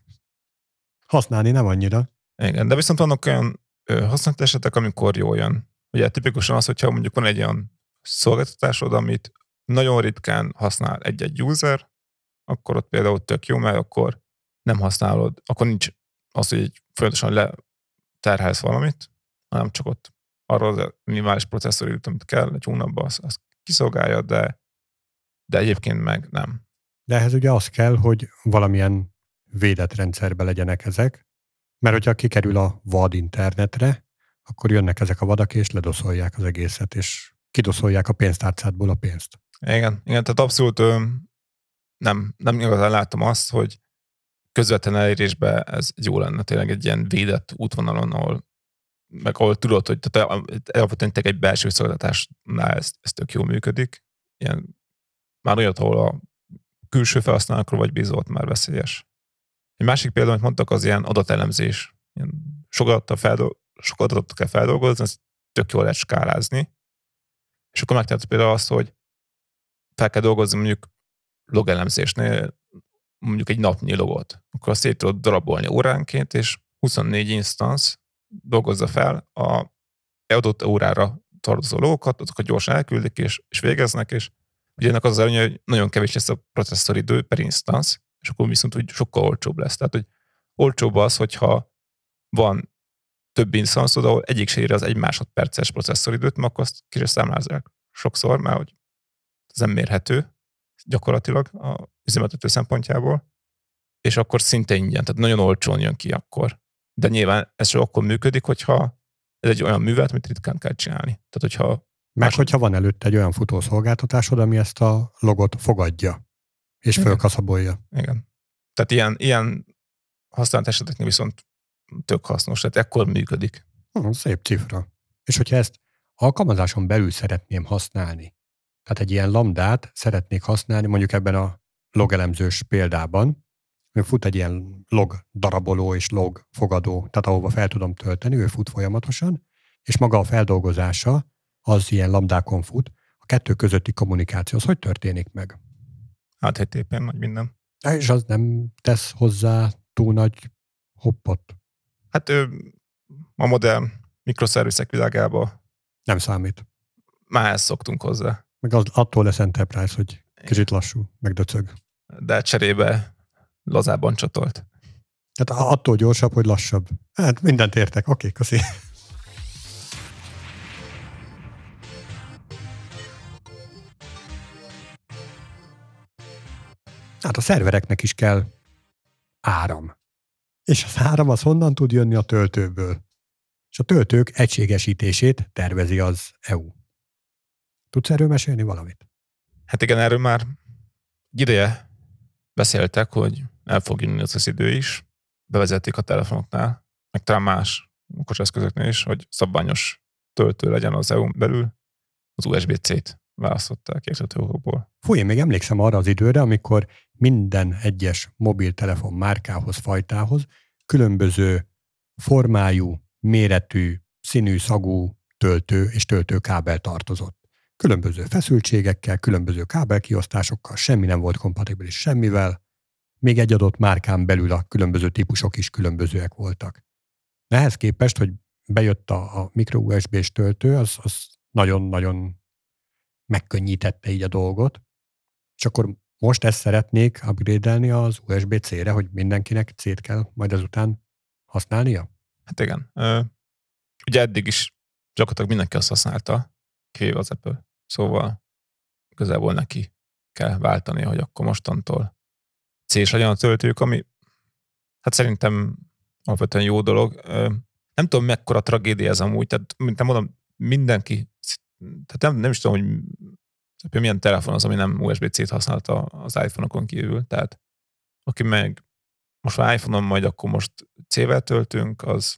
Használni nem annyira. Igen, de viszont vannak olyan használt esetek, amikor jól jön. Ugye tipikusan az, hogyha mondjuk van egy olyan szolgáltatásod, amit nagyon ritkán használ egy-egy user, akkor ott például tök jó, mert akkor nem használod, akkor nincs az, hogy egy folyamatosan leterhelsz valamit, hanem csak ott arra az minimális processzoridőt, amit kell, egy hónapban, azt, azt kiszolgálja, de, de egyébként meg nem. De ehhez ugye az kell, hogy valamilyen védett rendszerbe legyenek ezek, mert hogyha kikerül a vad internetre, akkor jönnek ezek a vadak, és ledoszolják az egészet, és kidoszolják a pénztárcádból a pénzt. Igen, igen, tehát abszolút ö, nem, nem igazán látom azt, hogy közvetlen elérésben ez jó lenne, tényleg egy ilyen védett útvonalon, ahol meg ahol tudod, hogy alapvetően egy belső szolgáltatásnál ez, ez tök jól működik. Ilyen, már olyat, ahol a külső felhasználókról vagy bízott már veszélyes. Egy másik példa, amit mondtak, az ilyen adatelemzés. Ilyen sok adatot, feldol- sok adatot kell feldolgozni, ezt tök jól lehet skálázni. És akkor megtehetsz például azt, hogy fel kell dolgozni mondjuk logelemzésnél mondjuk egy napnyi logot. Akkor azt szét tudod darabolni óránként, és huszonnégy instance dolgozza fel a adott órára tartozó logokat, azokat gyorsan elküldik, és, és végeznek, és ugye ennek az az előnye, hogy nagyon kevés lesz a processzoridő per instance, és akkor viszont úgy sokkal olcsóbb lesz. Tehát, hogy olcsóbb az, hogyha van több instance-od, ahol egyik se ér az egy másodperces processzoridőt, mert akkor azt ki se számlázzák sokszor, mert hogy ez nem mérhető gyakorlatilag a üzemeltető szempontjából, és akkor szinte ingyen, tehát nagyon olcsón jön ki akkor. De nyilván ez csak akkor működik, hogyha ez egy olyan művelet, amit ritkán kell csinálni. Tehát, hogyha Meg másod... hogyha van előtte egy olyan futószolgáltatásod, ami ezt a logot fogadja, és fölkaszabolja. Igen. Tehát ilyen, ilyen használat eseteknél viszont tök hasznos, tehát ekkor működik. Hm, szép cifra. És hogyha ezt alkalmazáson belül szeretném használni, tehát egy ilyen lambdát szeretnék használni, mondjuk ebben a logelemzős példában, hogy fut egy ilyen log daraboló és log fogadó, tehát ahova fel tudom tölteni, ő fut folyamatosan, és maga a feldolgozása az ilyen lambdákon fut. A kettő közötti kommunikáció az hogy történik meg? há té té pén vagy minden. És az nem tesz hozzá túl nagy hoppot? Hát ő a modern mikroszerviszek világában nem számít. Már ezt szoktunk hozzá. Meg az attól lesz Enterprise, hogy kicsit lassú, meg döcög. De cserébe lazában csatolt. Tehát attól gyorsabb, hogy lassabb. Hát mindent értek. Oké, köszi. Hát a szervereknek is kell áram. És az áram az honnan tud jönni? A töltőből. És a töltők egységesítését tervezi az é u. Tudsz erről mesélni valamit? Hát igen, erről már egy ideje beszéltek, hogy el fog jönni az, az idő is. Bevezették a telefonoknál, meg talán más okos eszközöknél is, hogy szabványos töltő legyen az é u-n belül. Az u es bé cét választották értetőokból. Fú, én még emlékszem arra az időre, amikor minden egyes mobiltelefon márkához, fajtához különböző formájú, méretű, színű, szagú töltő és töltőkábel tartozott. Különböző feszültségekkel, különböző kábelkiosztásokkal, semmi nem volt kompatibilis semmivel, még egy adott márkán belül a különböző típusok is különbözőek voltak. Ehhez képest, hogy bejött a, a micro u es bé-s töltő, az, az nagyon-nagyon megkönnyítette így a dolgot, és akkor most ezt szeretnék upgrade-elni az u es bé cére, hogy mindenkinek C-t kell majd ezután használnia? Hát igen. Ö, ugye eddig is gyakorlatilag mindenki azt használta, kivéve az Apple. Szóval igazából neki kell váltani, hogy akkor mostantól C-s legyen a töltőjük, ami hát szerintem alapvetően jó dolog. Ö, nem tudom, mekkora tragédia ez amúgy, tehát mint nem mondom, mindenki, tehát nem, nem is tudom, hogy milyen telefon az, ami nem u es bé C-t használta az iPhone-okon kívül, tehát aki meg most már iPhone-on majd akkor most C-vel töltünk, az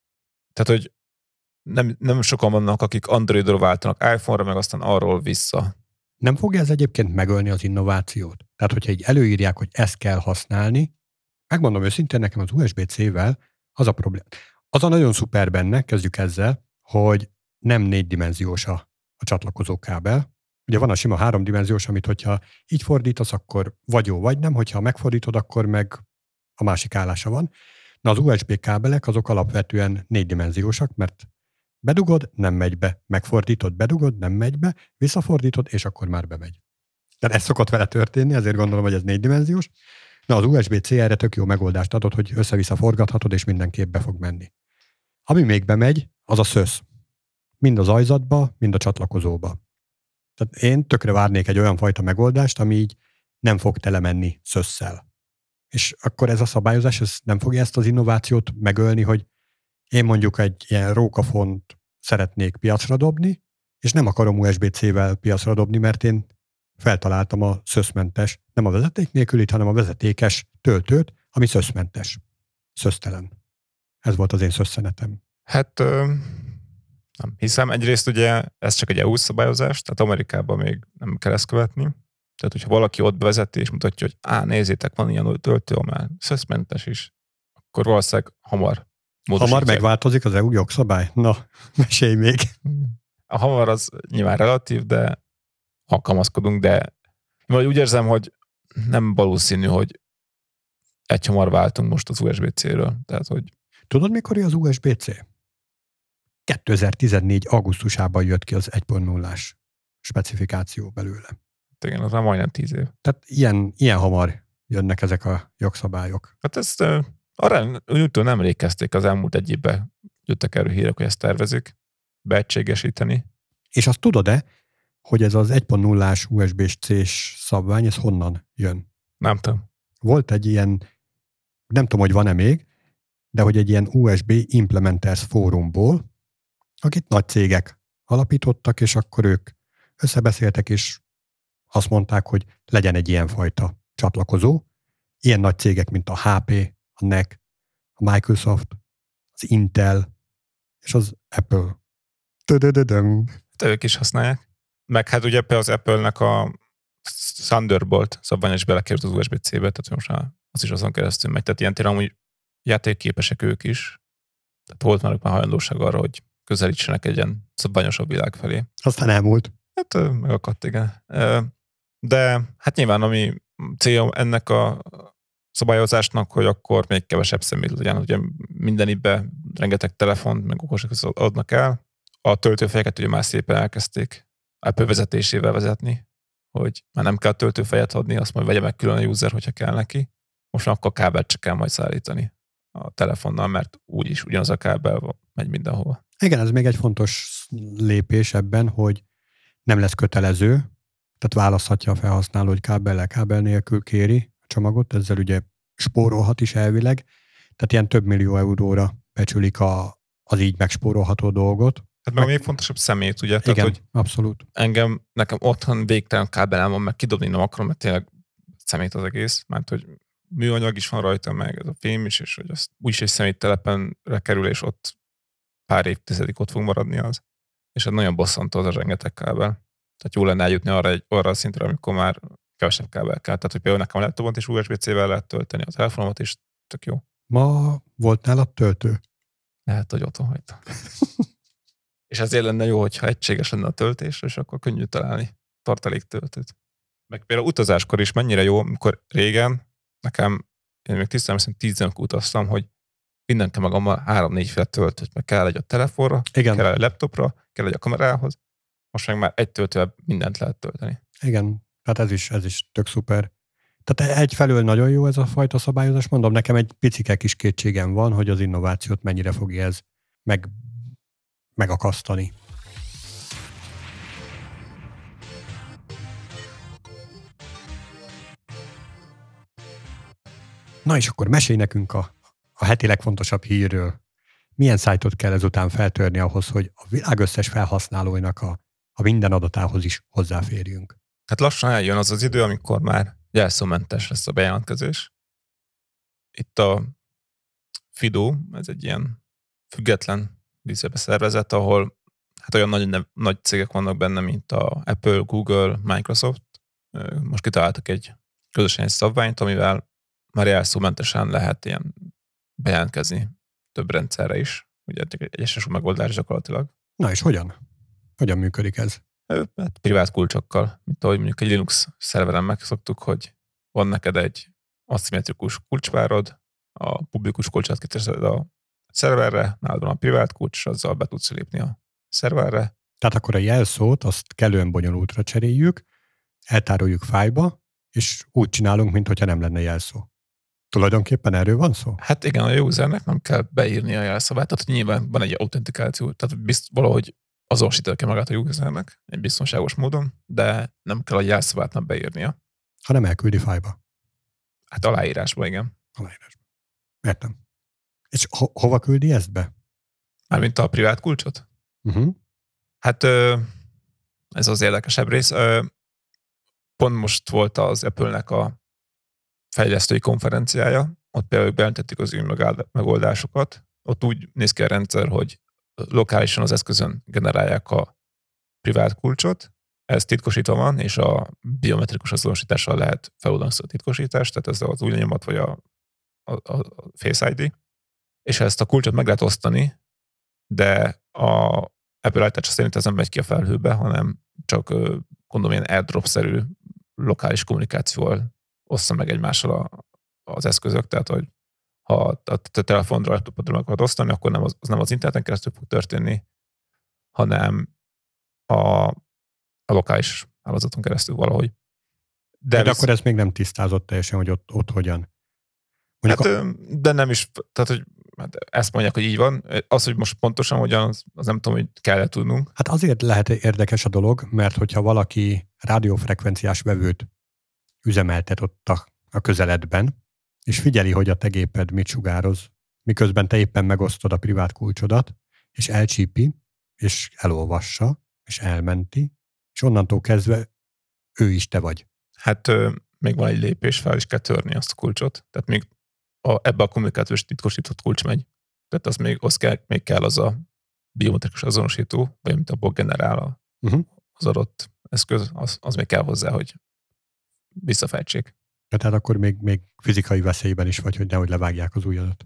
tehát, hogy nem, nem sokan vannak, akik Androidról váltanak iPhone-ra, meg aztán arról vissza. Nem fogja ez egyébként megölni az innovációt? Tehát, hogyha így előírják, hogy ezt kell használni, megmondom őszintén, nekem az u es bé C-vel az a probléma. Az a nagyon szuper benne, kezdjük ezzel, hogy nem négydimenziós a, a csatlakozó kábel. Ugye van a sima háromdimenziós, amit hogyha így fordítasz, akkor vagy jó, vagy nem, hogyha megfordítod, akkor meg a másik állása van. Na az u es bé kábelek azok alapvetően négydimenziósak, mert bedugod, nem megy be, megfordítod, bedugod, nem megy be, visszafordítod, és akkor már bemegy. Tehát ez szokott vele történni, ezért gondolom, hogy ez négydimenziós. Na az u es bé C erre tök jó megoldást adott, hogy össze-vissza forgathatod, és mindenképp be fog menni. Ami még bemegy, az a szösz. Mind az ajzatba, mind a csatlakozóba. Tehát én tökre várnék egy olyan fajta megoldást, ami így nem fog telemenni szösszel. És akkor ez a szabályozás, ez nem fogja ezt az innovációt megölni, hogy én mondjuk egy ilyen rókafont szeretnék piacra dobni, és nem akarom u es bé C-vel piacra dobni, mert én feltaláltam a szöszmentes, nem a vezeték nélkülit, hanem a vezetékes töltőt, ami szöszmentes. Szösztelen. Ez volt az én szösszenetem. Hát nem hiszem. Egyrészt ugye ez csak egy é u szabályozás, tehát Amerikában még nem kell ezt követni. Tehát, hogyha valaki ott bevezeti és mutatja, hogy á, nézzétek, van ilyen töltő, már szöszmentes is, akkor valószínűleg hamar módosítják. Hamar megváltozik az é u jogszabály? Na, mesélj még. A hamar az nyilván relatív, de alkalmazkodunk, de vagy úgy érzem, hogy nem valószínű, hogy egy hamar váltunk most az u es bé C-ről. Tehát, hogy... Tudod, mikor az u es bé C? kétezer-tizennégy augusztusában jött ki az egy pont nullás specifikáció belőle. Igen, az már majdnem tíz év. Tehát ilyen, ilyen hamar jönnek ezek a jogszabályok. Hát ezt uh, arra úgy nem emlékezték, az elmúlt egy évben jöttek erről hírek, hogy ezt tervezik beegységesíteni. És azt tudod-e, hogy ez az egy pont nullás u es bé C-s szabvány, ez honnan jön? Nem tudom. Volt egy ilyen, nem tudom, hogy van-e még, de hogy egy ilyen u es bé Implementers fórumból, akit nagy cégek alapítottak, és akkor ők összebeszéltek, és azt mondták, hogy legyen egy ilyen fajta csatlakozó. Ilyen nagy cégek, mint a há pé, a en e cé, a Microsoft, az Intel, és az Apple. Tödödödöm. Ők is használják. Meg hát ugye az Apple-nek a Thunderbolt szabvány is belekerült az u es bé C-be, tehát most már az is azon keresztül megy. Tehát ilyen tényleg amúgy játékképesek ők is. Tehát volt már már hajlandóság arra, hogy közelítsenek egy ilyen szabványosabb világ felé. Aztán elmúlt. Hát megakadt, igen. De hát nyilván ami célja ennek a szabályozásnak, hogy akkor még kevesebb szemét legyen. Ugye minden évben rengeteg telefont, meg okosokat adnak el. A töltőfejeket ugye már szépen elkezdték Apple vezetésével vezetni, hogy már nem kell töltőfejet adni, azt majd vegye meg külön a user, hogyha kell neki. Most már akkor kábelt csak kell majd szállítani a telefonnal, mert úgyis ugyanaz a kábel megy mindenhova. Igen, ez még egy fontos lépés ebben, hogy nem lesz kötelező, tehát választhatja a felhasználó, hogy kábellel, kábel nélkül kéri a csomagot, ezzel ugye spórolhat is elvileg, tehát ilyen több millió euróra becsülik a, az így megspórolható dolgot. Hát meg még fontosabb szemét, ugye? Igen, tehát, hogy abszolút. Engem, nekem otthon végtelen kábelem van, meg kidobni nem akarom, mert tényleg szemét az egész, mert hogy műanyag is van rajta, meg ez a fém is, és hogy az úgyis egy szeméttelepenre kerül, és ott pár évtizedig ott fog maradni az. És ez nagyon bosszantó az a rengeteg kábel. Tehát jó lenne eljutni arra, egy, arra a szintre, amikor már kevesebb kábel kell. Tehát, hogy például nekem a laptopot is u es bé C-vel lehet tölteni, a telefonomat is tök jó. Ma volt nálad töltő? Lehet, hogy otthon hagytam. És ezért lenne jó, hogyha egységes lenne a töltés, és akkor könnyű találni tartaléktöltőt. Meg például utazáskor is mennyire jó, amikor régen, nekem, én még tisztán hiszem tíz utaztam, hogy mindenki magammal három-négy féle töltőt, meg kell egy a telefonra, Igen. kell egy laptopra, kell egy a kamerához, most meg már egy töltővel mindent lehet tölteni. Igen, tehát ez is, ez is tök szuper. Tehát egyfelől nagyon jó ez a fajta szabályozás, mondom, nekem egy picike kis kétségem van, hogy az innovációt mennyire fogja ez meg, megakasztani. Na és akkor mesélj nekünk a, a heti legfontosabb hírről. Milyen szájtot kell ezután feltörni ahhoz, hogy a világ összes felhasználóinak a, a minden adatához is hozzáférjünk? Hát lassan eljön az az idő, amikor már jelszómentes lesz a bejelentkezés. Itt a Fido, ez egy ilyen független szervezet, ahol hát olyan nagy, nagy cégek vannak benne, mint a Apple, Google, Microsoft. Most kitaláltak egy közösen egy szabványt, amivel már jelszómentesen lehet ilyen bejelentkezni több rendszerre is. Ugye egy es es o megoldás gyakorlatilag. Na és hogyan? Hogyan működik ez? Hát privát kulcsokkal, mint ahogy mondjuk egy Linux szerveren megszoktuk, hogy van neked egy aszimmetrikus kulcspárod, a publikus kulcsot kiteszed a szerverre, nálad van a privát kulcs, azzal be tudsz lépni a szerverre. Tehát akkor a jelszót azt kellően bonyolultra cseréljük, eltároljuk fájlba, és úgy csinálunk, mintha nem lenne jelszó. Tulajdonképpen erről van szó? Hát igen, a usernek nem kell beírni a jelszavát, tehát nyilván van egy autentikáció, tehát bizt, valahogy azonosítani kell magát a usernek egy biztonságos módon, de nem kell a jelszavát nem beírnia. Hanem elküldi fájlba. Hát aláírásba, igen. Aláírásba. Értem. És ho- hova küldi ezt be? Mármint a privát kulcsot? Uh-huh. Hát ez az érdekesebb rész. Pont most volt az Apple-nek a fejlesztői konferenciája, ott például bejelentették az új megoldásokat. Ott úgy néz ki a rendszer, hogy lokálisan az eszközön generálják a privát kulcsot, ez titkosítva van, és a biometrikus azonosítással lehet feloldani a titkosítást, tehát ez az új lenyomat vagy a, a, a Face i dé, és ezt a kulcsot meg lehet osztani, de a Apple állítása szerint ez nem megy ki a felhőbe, hanem csak gondolom ilyen airdrop-szerű lokális kommunikációval ossza meg egymással a, az eszközök, tehát hogy ha a te telefonra, laptopodra meg akarod osztani, akkor nem az, az nem az interneten keresztül fog történni, hanem a, a lokális hálózaton keresztül valahogy. De, de visz... akkor ez még nem tisztázott teljesen, hogy ott, ott hogyan. Hát, a... De nem is, tehát hogy hát ezt mondják, hogy így van. Az, hogy most pontosan hogyan, az, az nem tudom, hogy kell tudnunk. Hát azért lehet érdekes a dolog, mert hogyha valaki rádiófrekvenciás vevőt üzemeltet ott a, a közeledben, és figyeli, hogy a te géped mit sugároz, miközben te éppen megosztod a privát kulcsodat, és elcsípi, és elolvassa, és elmenti, és onnantól kezdve ő is te vagy. Hát ö, még van egy lépés, fel is kell törni azt a kulcsot, tehát még a, ebbe a kommunikációs titkosított kulcs megy. Tehát az még, az kell, még kell az a biometrikus azonosító, vagy amit abból generál a, uh-huh. az adott eszköz, az, az még kell hozzá, hogy visszafejtsék. Tehát akkor még, még fizikai veszélyben is vagy, hogy nehogy levágják az ujjadat.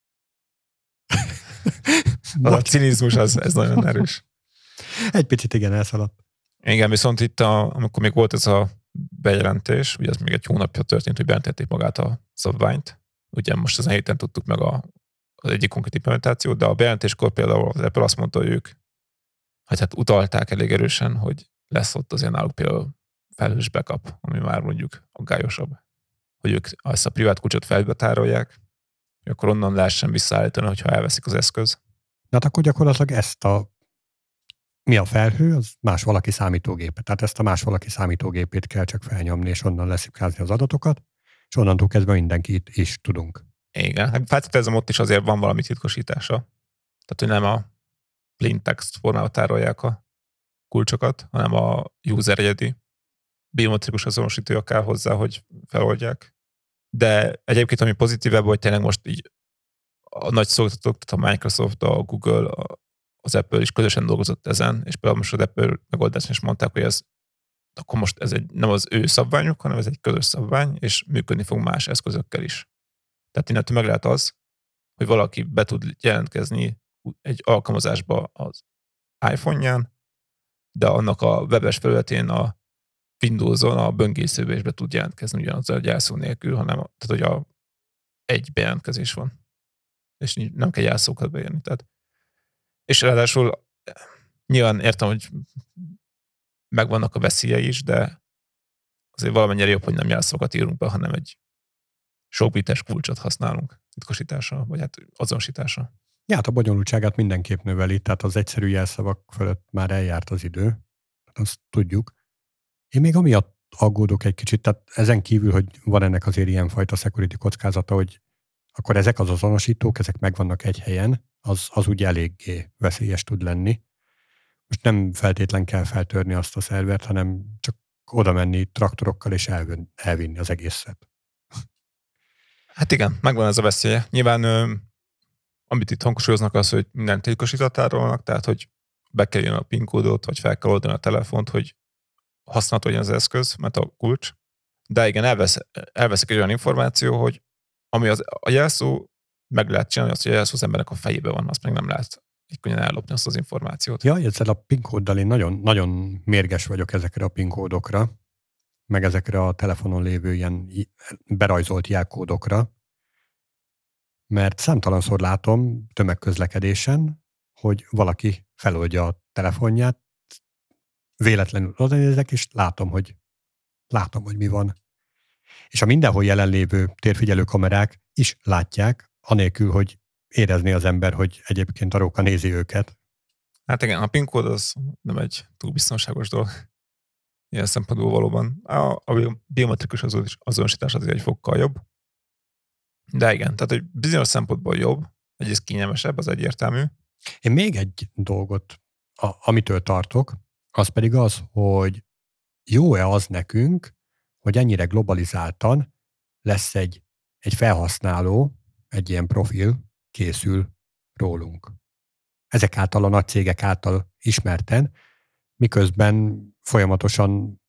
A cinizmus az, ez nagyon erős. Egy picit igen, elszaladt. Igen, viszont itt, a, amikor még volt ez a bejelentés, ugye ez még egy hónapja történt, hogy bejelentették magát a szabványt. Ugye most ezen a héten tudtuk meg a, az egyik konkrét implementációt, de a bejelentéskor például az Apple azt mondta, hogy ők hogy hát utalták elég erősen, hogy lesz ott azért náluk például felhős backup, ami már mondjuk aggályosabb. Hogy ők ezt a privát kulcsot felbe tárolják, hogy akkor onnan lehessen visszaállítani, hogyha elveszik az eszköz. Na hát akkor gyakorlatilag ezt a mi a felhő, az más valaki számítógépe. Tehát ezt a más valaki számítógépét kell csak felnyomni, és onnan leszipkázni az adatokat, és onnantól kezdve mindenkit is tudunk. Igen, hát feltételezem ott is azért van valami titkosítása. Tehát, hogy nem a plain text formában tárolják a kulcsokat, hanem a user egyedi biometrikus azonosítója kell hozzá, hogy feloldják. De egyébként, ami pozitívebb, hogy tényleg most így a nagy szolgáltatók, tehát a Microsoft, a Google, a az Apple is közösen dolgozott ezen, és például most az Apple megoldásban is mondták, hogy ez akkor most ez egy, nem az ő szabványuk, hanem ez egy közös szabvány, és működni fog más eszközökkel is. Tehát innentől meg lehet az, hogy valaki be tud jelentkezni egy alkalmazásba az iPhone-ján, de annak a webes felületén a Windows-on a böngészőbe is be tud jelentkezni ugyanazzal a jelszó nélkül, hanem tehát, hogy a, egy bejelentkezés van. És nem kell jelszókat beírni. Tehát. És ráadásul nyilván értem, hogy megvannak a veszélyei is, de azért valamennyire jobb, hogy nem jelszókat írunk be, hanem egy sok bites kulcsot használunk titkosításra, vagy hát azonosításra. Ja, hát a bonyolultságát mindenképp növeli, tehát az egyszerű jelszavak fölött már eljárt az idő. Azt tudjuk. Én még amiatt aggódok egy kicsit, tehát ezen kívül, hogy van ennek azért ilyenfajta security kockázata, hogy akkor ezek az azonosítók, ezek megvannak egy helyen, az, az úgy eléggé veszélyes tud lenni. Most nem feltétlen kell feltörni azt a szervert, hanem csak oda menni traktorokkal és elvin, elvinni az egészet. Hát igen, megvan ez a veszélye. Nyilván ö, amit itt hangsúlyoznak az, hogy minden titkosítattárolnak, tehát hogy be kell jönni a PIN kódot, vagy fel kell oldani a telefont, hogy használható legyen az eszköz, mert a kulcs. De igen, elvesz, elveszik egy olyan információ, hogy ami az, a jelszó, meg lehet csinálni azt, hogy a jelszó az embernek a fejében van, azt meg nem lehet így könnyen ellopni azt az információt. Ja, ezzel a PIN kóddal én nagyon, nagyon mérges vagyok ezekre a PIN kódokra, meg ezekre a telefonon lévő ilyen berajzolt jelkódokra, mert számtalanszor látom tömegközlekedésen, hogy valaki feloldja a telefonját, véletlenül odanézek, és látom, hogy látom, hogy mi van. És a mindenhol jelenlévő térfigyelő kamerák is látják, anélkül, hogy érezné az ember, hogy egyébként a róka nézi őket. Hát igen, a PIN kód az nem egy túl biztonságos dolog. Ilyen szempontból valóban. A, a biometrikus azonosítás azért egy fokkal jobb. De igen, tehát egy bizonyos szempontból jobb, egyrészt kényelmesebb, az egyértelmű. Én még egy dolgot, a, amitől tartok, az pedig az, hogy jó-e az nekünk, hogy ennyire globalizáltan lesz egy, egy felhasználó, egy ilyen profil készül rólunk. Ezek által a nagy cégek által ismerten, miközben folyamatosan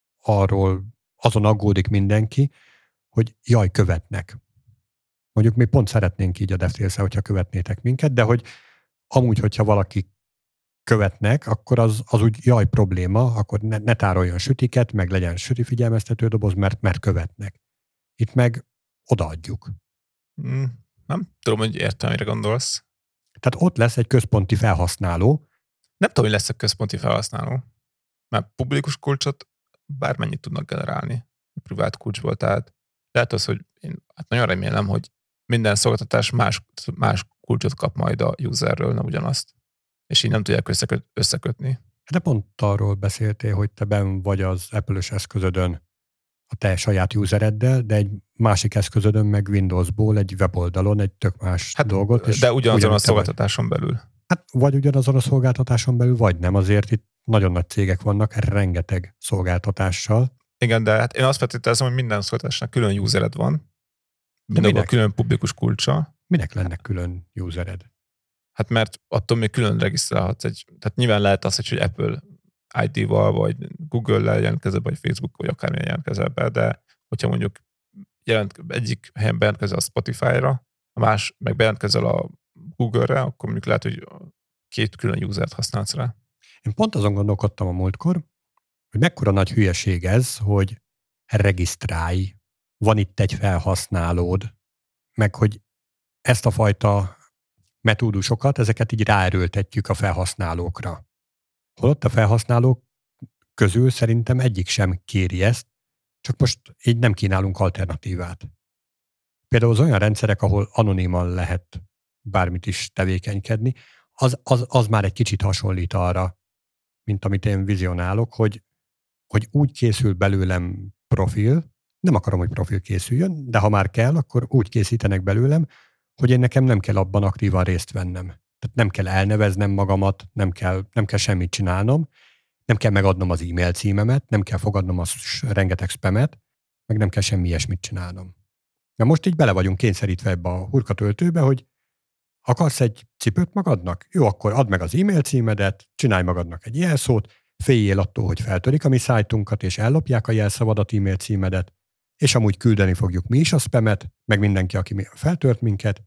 arról azon aggódik mindenki, hogy jaj, követnek. Mondjuk mi pont szeretnénk így a DevTales-el, hogyha követnétek minket, de hogy amúgy, hogyha valaki követnek, akkor az, az úgy jaj probléma, akkor ne, ne tároljon sütiket, meg legyen süti figyelmeztető doboz, mert, mert követnek. Itt meg odaadjuk. Mm, nem tudom, hogy értem, mire gondolsz. Tehát ott lesz egy központi felhasználó. Nem tudom, hogy lesz a központi felhasználó. Mert publikus kulcsot bármennyit tudnak generálni a privát kulcsból. Tehát lehet az, hogy én hát nagyon remélem, hogy minden szolgáltatás más, más kulcsot kap majd a userről, nem ugyanazt. És így nem tudják összeköt, összekötni. De pont arról beszéltél, hogy te benn vagy az Apple-ös eszközödön a te saját usereddel, de egy másik eszközödön meg Windowsból egy weboldalon egy tök más hát, dolgot. És de ugyanazon a szolgáltatáson vagy. belül. Hát vagy ugyanazon a szolgáltatáson belül, vagy nem. Azért itt nagyon nagy cégek vannak, rengeteg szolgáltatással. Igen, de hát én azt feltételezem, hogy minden szolgáltatásnak külön usered van. Mindenhol külön publikus kulcsa. Minek lenne külön usered? Hát mert attól még külön regisztrálhatsz egy, tehát nyilván lehet az, hogy Apple i dé-val, vagy Google-lel jelentkezel, vagy Facebook, vagy akármilyen jelentkezel be, de hogyha mondjuk jelent, egyik helyen bejelentkezel a Spotify-ra, a más meg bejelentkezel a Google-re, akkor mondjuk lehet, hogy két külön usert használsz rá. Én pont azon gondolkodtam a múltkor, hogy mekkora nagy hülyeség ez, hogy regisztrálj, van itt egy felhasználód, meg hogy ezt a fajta metódusokat, ezeket így ráerőltetjük a felhasználókra. Holott a felhasználók közül szerintem egyik sem kéri ezt, csak most így nem kínálunk alternatívát. Például az olyan rendszerek, ahol anoniman lehet bármit is tevékenykedni, az, az, az már egy kicsit hasonlít arra, mint amit én vizionálok, hogy, hogy úgy készül belőlem profil, nem akarom, hogy profil készüljön, de ha már kell, akkor úgy készítenek belőlem, hogy én nekem nem kell abban aktívan részt vennem. Tehát nem kell elneveznem magamat, nem kell, nem kell semmit csinálnom, nem kell megadnom az e-mail címemet, nem kell fogadnom az rengeteg spamet, meg nem kell semmi ilyesmit csinálnom. Na most így bele vagyunk kényszerítve ebbe a hurkatöltőbe, hogy akarsz egy cipőt magadnak? Jó, akkor add meg az e-mail címedet, csinálj magadnak egy jelszót, féljél attól, hogy feltörik a mi szájtunkat, és ellopják a jelszavadat, e-mail címedet, és amúgy küldeni fogjuk mi is a spamet, meg mindenki, aki feltört minket,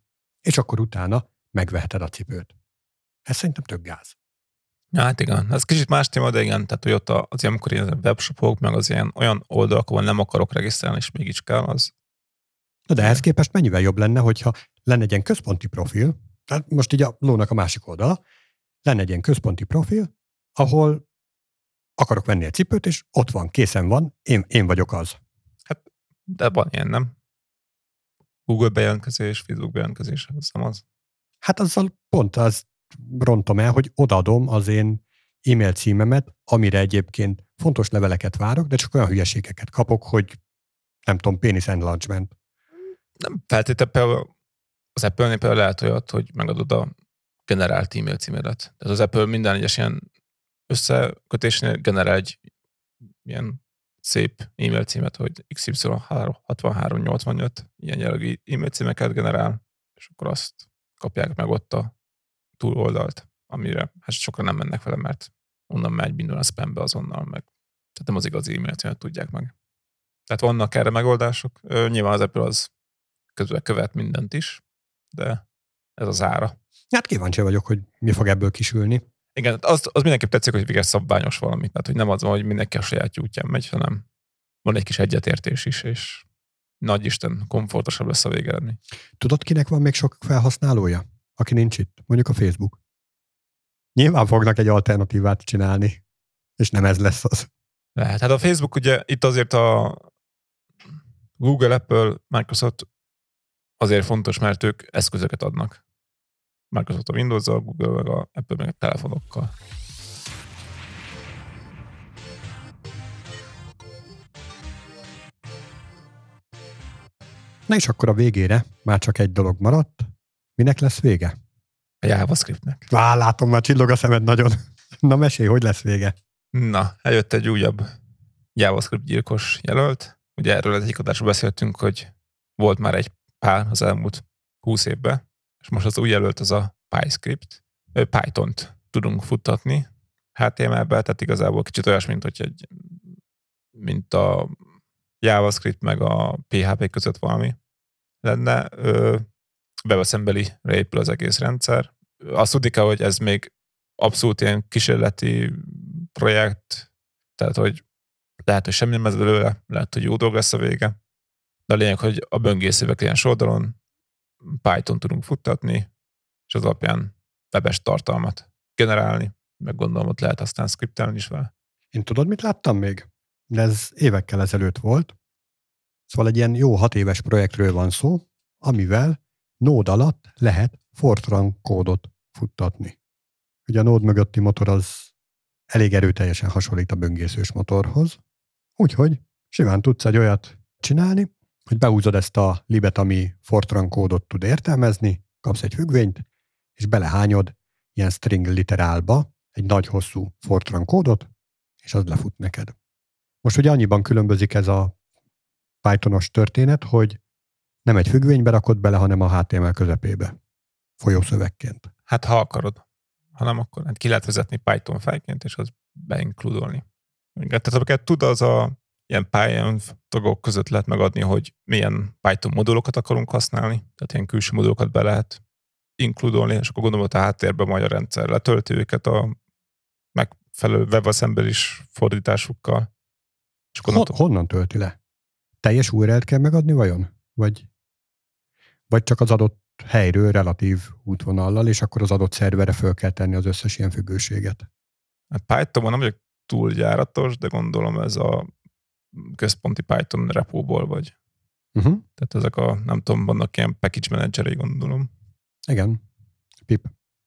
és akkor utána megveheted a cipőt. Ez szerintem tök gáz. Ja, hát igen, ez kicsit más téma, de igen, tehát hogy ott az ilyen, amikor ilyen webshopok, meg az ilyen olyan oldalak, ahol nem akarok regisztrálni, és mégis kell, az... Na de ehhez képest mennyivel jobb lenne, hogyha lenne egy ilyen központi profil, tehát most így a lónak a másik oldala, lenne egy ilyen központi profil, ahol akarok venni egy cipőt, és ott van, készen van, én, én vagyok az. Hát, de van ilyen, nem? Google bejelentkezés, Facebook bejelentkezés, az nem az? Hát azzal pont az rontom el, hogy odaadom az én e-mail címemet, amire egyébként fontos leveleket várok, de csak olyan hülyeségeket kapok, hogy nem tudom, penis enlargement. Nem feltétlenül például az Apple-nél például lehet olyat, hogy megadod a generált e-mail címedet. Tehát az Apple minden egyes ilyen összekötésnél generál egy ilyen szép e-mail címet, hogy iksz ipszilon hatvanhárom nyolcvanöt ilyen jellegű e-mail címeket generál, és akkor azt kapják meg ott a túloldalt, amire hát sokan nem mennek vele, mert onnan megy minden a spambe azonnal, meg tehát nem az igazi e-mail címet tudják meg. Tehát vannak erre megoldások. Nyilván az Apple az közben követ mindent is, de ez az ára. Hát kíváncsi vagyok, hogy mi fog ebből kisülni. Igen, az, az mindenképp tetszik, hogy végig szabványos valami. Tehát, hogy nem az van, hogy mindenki a saját útján megy, hanem van egy kis egyetértés is, és nagy Isten, komfortosabb lesz a végeredmény. Tudod, kinek van még sok felhasználója? Aki nincs itt? Mondjuk a Facebook. Nyilván fognak egy alternatívát csinálni, és nem ez lesz az. Lehet. Hát a Facebook ugye itt azért a Google, Apple, Microsoft azért fontos, mert ők eszközöket adnak. Microsoft a Windows-zal, Google meg a Apple meg a telefonokkal. Na és akkor a végére már csak egy dolog maradt. Minek lesz vége? A JavaScriptnek. Á, látom, már csillog a szemed nagyon. Na mesélj, hogy lesz vége? Na, eljött egy újabb JavaScript gyilkos jelölt. Ugye erről az egyik adásról beszéltünk, hogy volt már egy pár az elmúlt húsz évben, és most az új jelölt az a PyScript. Pythont tudunk futtatni há té em el-be, tehát igazából kicsit olyas, mint hogy egy, mint a JavaScript meg a pé há pé között valami lenne. WebAssembly-re épül az egész rendszer. Azt tudni kell, hogy ez még abszolút ilyen kísérleti projekt, tehát hogy lehet, hogy semmi nem ez belőle, lehet, hogy jó dolog lesz a vége, de a lényeg, hogy a böngészőbe kliens oldalon Python tudunk futtatni, és az alapján webes tartalmat generálni, meg gondolom, ott lehet aztán skriptelni is vele. Én tudod, mit láttam még? De ez évekkel ezelőtt volt. Szóval egy ilyen jó hat éves projektről van szó, amivel Node alatt lehet Fortran kódot futtatni. Ugye a Node mögötti motor az elég erőteljesen hasonlít a böngészős motorhoz, úgyhogy simán tudsz egy olyat csinálni, hogy behúzod ezt a libet, ami Fortran kódot tud értelmezni, kapsz egy függvényt, és belehányod ilyen string literálba egy nagy hosszú Fortran kódot, és az lefut neked. Most ugye annyiban különbözik ez a Pythonos történet, hogy nem egy függvénybe rakod bele, hanem a há té em el közepébe. Folyószövegként. Hát ha akarod. Ha nem, akkor hát ki lehet vezetni Python fájlként, és az beinkludolni. Tehát amiket tud, az a ilyen Pyenv tagok között lehet megadni, hogy milyen Python modulokat akarunk használni, tehát ilyen külső modulokat be lehet inkludolni, és akkor gondolom, hogy a háttérben majd a rendszer letölti őket a megfelelő WebAssembly-is fordításukkal. És Hon, honnan tölti le? Teljes u er el-t kell megadni vajon? Vagy, vagy csak az adott helyről relatív útvonallal, és akkor az adott szerverre föl kell tenni az összes ilyen függőséget? Hát Pythonban nem vagyok túl gyáratos, de gondolom ez a központi Python repóból vagy. Uh-huh. Tehát ezek a, nem tudom, vannak ilyen package managerei, gondolom. Igen. Pip.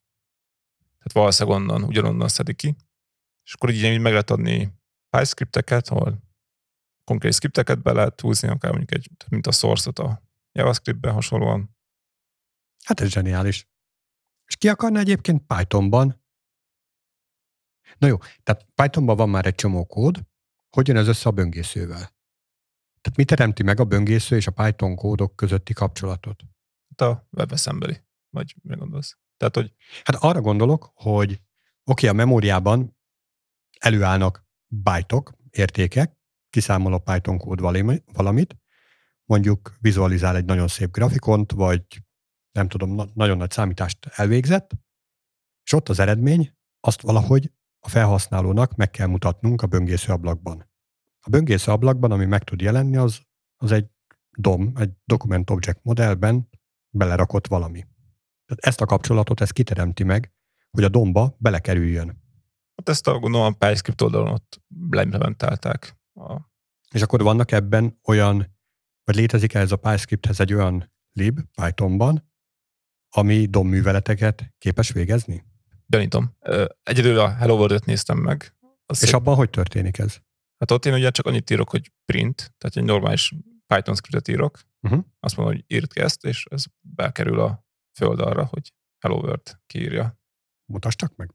Tehát valószínűleg onnan, ugyanonnan szedik ki. És akkor így, így meg lehet adni PyScripteket, ahol konkrét scripteket be lehet húzni, akár mondjuk egy, mint a source-ot a JavaScriptben hasonlóan. Hát ez zseniális. És ki akarna egyébként Pythonban? Na jó, tehát Pythonban van már egy csomó kód, hogy jön ez össze a böngészővel? Tehát mi teremti meg a böngésző és a Python kódok közötti kapcsolatot? Hát a WebAssembly, vagy mi gondolsz? Tehát, hogy... Hát arra gondolok, hogy oké, okay, a memóriában előállnak byte-ok, értékek, kiszámol a Python kód valamit, mondjuk vizualizál egy nagyon szép grafikont, vagy nem tudom, na- nagyon nagy számítást elvégzett, és ott az eredmény, azt valahogy a felhasználónak meg kell mutatnunk a böngésző ablakban. A böngésző ablakban, ami meg tud jelenni, az, az egy D O M, egy Document Object modellben belerakott valami. Tehát ezt a kapcsolatot, ez kiteremti meg, hogy a D O M-ba belekerüljön. Hát ezt a, gondolom a PyScript oldalon ott leimplementálták. A... És akkor vannak ebben olyan, vagy létezik ez a PyScripthez egy olyan lib Pythonban, ami D O M műveleteket képes végezni? Gyanítom. Egyedül a Hello World-öt néztem meg. És szép... abban hogy történik ez? Hát ott én ugye csak annyit írok, hogy print, tehát egy normális Python scriptet írok. Uh-huh. Azt mondom, hogy írt ki ezt, és ez bekerül a főoldalra, hogy Hello World kiírja. Mutasd csak meg.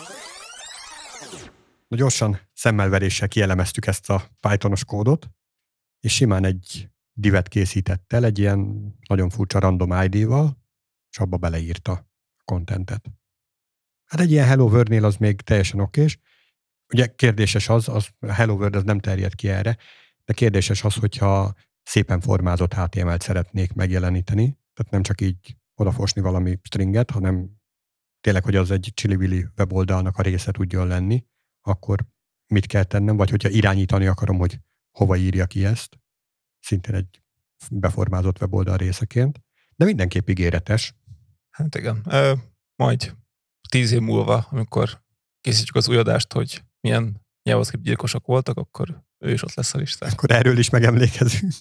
Na gyorsan szemmelveréssel kielemeztük ezt a Pythonos kódot, és simán egy divet készített el, egy ilyen nagyon furcsa random I D-val, és abba beleírta a contentet. Hát egy ilyen Hello World-nél az még teljesen okés. Ugye kérdéses az, az Hello World az nem terjed ki erre, de kérdéses az, hogyha szépen formázott H T M L-t szeretnék megjeleníteni, tehát nem csak így odafosni valami stringet, hanem tényleg, hogy az egy csili-vili weboldalnak a része tudjon lenni, akkor mit kell tennem, vagy hogyha irányítani akarom, hogy hova írja ki ezt, szintén egy beformázott weboldal részeként, de mindenképp ígéretes. Hát igen. Ö, majd tíz év múlva, amikor készítjük az új adást, hogy milyen JavaScript gyilkosok voltak, akkor ő is ott lesz a listán. Akkor erről is megemlékezünk.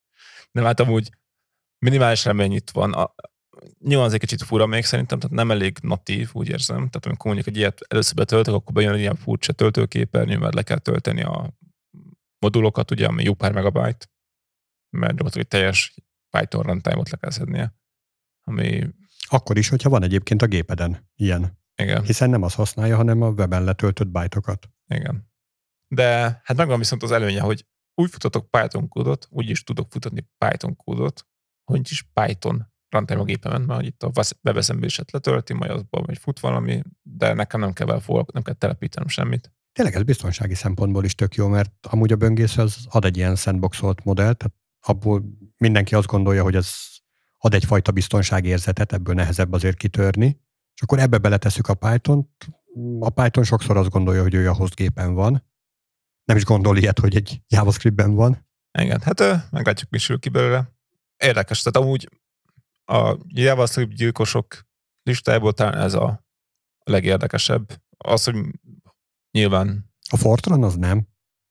De hát amúgy minimális remény itt van. A, nyilván az egy kicsit fura még szerintem, tehát nem elég natív, úgy érzem. Tehát amikor mondjuk egy ilyet először betöltök, akkor bejön egy ilyen furcsa töltőképernyő, mert le kell tölteni a modulokat, ugye, ami jó pár megabyte, mert gyakorlatilag egy teljes Python runtime-ot le kell szednie. Ami... Akkor is, hogyha van egyébként a gépeden ilyen. Igen. Hiszen nem azt használja, hanem a weben letöltött bytokat. Igen. De hát megvan viszont az előnye, hogy úgy futatok Python kódot, úgy is tudok futatni Python kódot, hogy is Python runtime a gépemen, mert itt a WebAssembly is letölti, majd azban hogy fut valami, de nekem nem kell vele foglalkozni, nem kell telepítenem semmit. Tényleg ez biztonsági szempontból is tök jó, mert amúgy a böngésző az ad egy ilyen sandboxolt modellt, tehát abból mindenki azt gondolja, hogy ez ad egyfajta biztonságérzetet, ebből nehezebb azért kitörni, és akkor ebbe beletesszük a Pythont. A Python sokszor azt gondolja, hogy ő a host gépen van. Nem is gondol ilyet, hogy egy JavaScriptben van. Igen, hát meglátjuk, mi sül ki belőle. Érdekes, tehát amúgy a JavaScript gyilkosok listájából talán ez a legérdekesebb. Az, hogy nyilván... A Fortran az nem.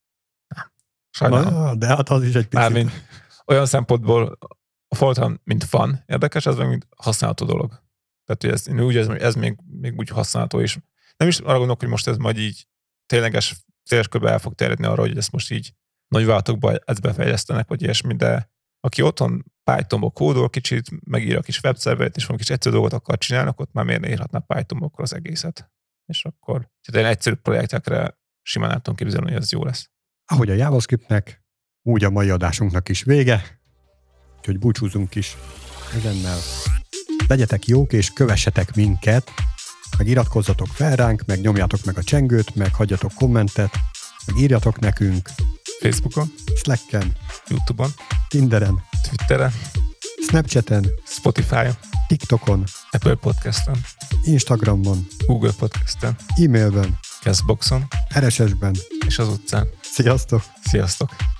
Sajnálom. Na, de hát az is egy picit. Mármint olyan szempontból a Fortran, mint fan érdekes, ez meg mint használható dolog. Tehát hogy ez, én úgy érzem, hogy ez még, még úgy használható is. Nem is arra gondolok, hogy most ez majd így tényleges széles körbe el fog terjedni arra, hogy ezt most így nagy vállalatokba ezt befejlesztenek, vagy ilyesmi, de aki otthon Pythonból kódol kicsit, megír a kis webszervert, és valami kis egyszerű dolgot akar csinálni, akkor már miért ne írhatná Pythonból az egészet. És akkor tehát egy egyszerű projektekre simán nem tudom képzelni, hogy ez jó lesz. Ahogy a JavaScriptnek, úgy a mai adásunknak is vége, úgyhogy búcsúzunk is ezennel. Legyetek jók, és kövessetek minket, meg iratkozzatok fel ránk, meg nyomjátok meg a csengőt, meg hagyjatok kommentet, meg írjatok nekünk Facebookon, Slacken, YouTube-on, Tinderen, Twitteren, Snapchaten, Spotify-on, TikTokon, Apple Podcast-on, Instagramon, Google Podcast-on, e-mailben, Castboxon, er es es-ben és az utcán. Sziasztok! Sziasztok!